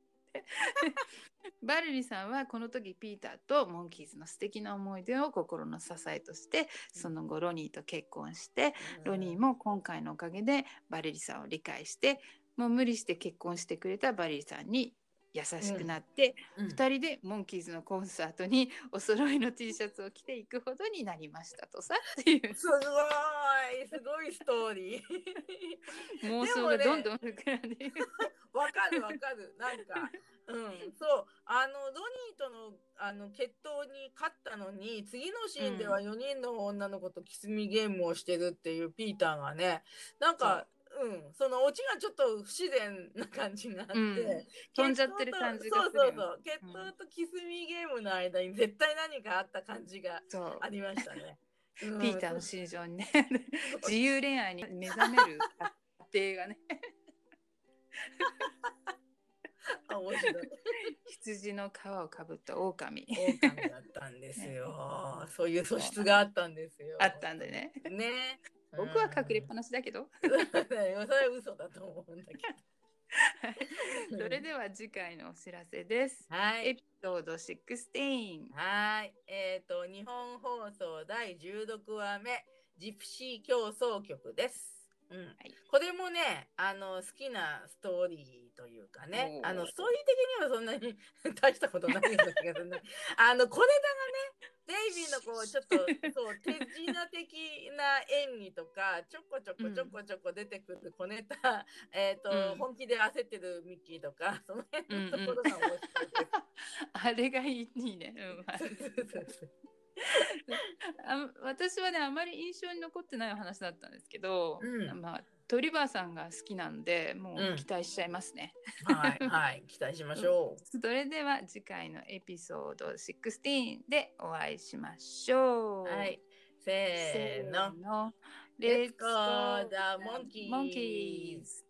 バレリさんはこの時ピーターとモンキーズの素敵な思い出を心の支えとしてその後ロニーと結婚して、ロニーも今回のおかげでバレリさんを理解してもう無理して結婚してくれたバレリさんに優しくなって、2人でモンキーズのコンサートにお揃いの T シャツを着ていくほどになりましたとさっていう。 すごいストーリー。 妄想がどんどん膨らんでいる。 わかるなんかそうロニーとの決闘に勝ったのに次のシーンでは4人の女の子とキスミゲームをしてるっていうピーターがね、なんかそのオチがちょっと不自然な感じがあって、 飛んじゃってる感じがするよ。 そう決闘とキスミーゲームの間に絶対何かあった感じがありましたね。 ピーターの心情にね自由恋愛に目覚める過程がね面白い。 羊の皮をかぶった狼だったんですよ。そういう素質があったんですよ。 あったんでね。僕は隠れっぱなしだけど。 それは嘘だと思うんだけど。それでは次回のお知らせです。エピソード16。 はい。日本放送第16話目、ジプシー競争曲です。これもね、好きなストーリーというかね、ストーリー的にはそんなに大したことないような気がする。小ネタがね、デイビーのこうちょっとそう手品的な演技とかちょこちょこ出てくる小ネタ、本気で焦ってるミッキーとかその辺のところが面白いです。 あれがいいね。私はねあまり印象に残ってない話だったんですけど、トリバーさんが好きなんでもう期待しちゃいますね。 はい期待しましょう。それでは次回のエピソード16でお会いしましょう。 はい、せーの。 Let's go the monkeys!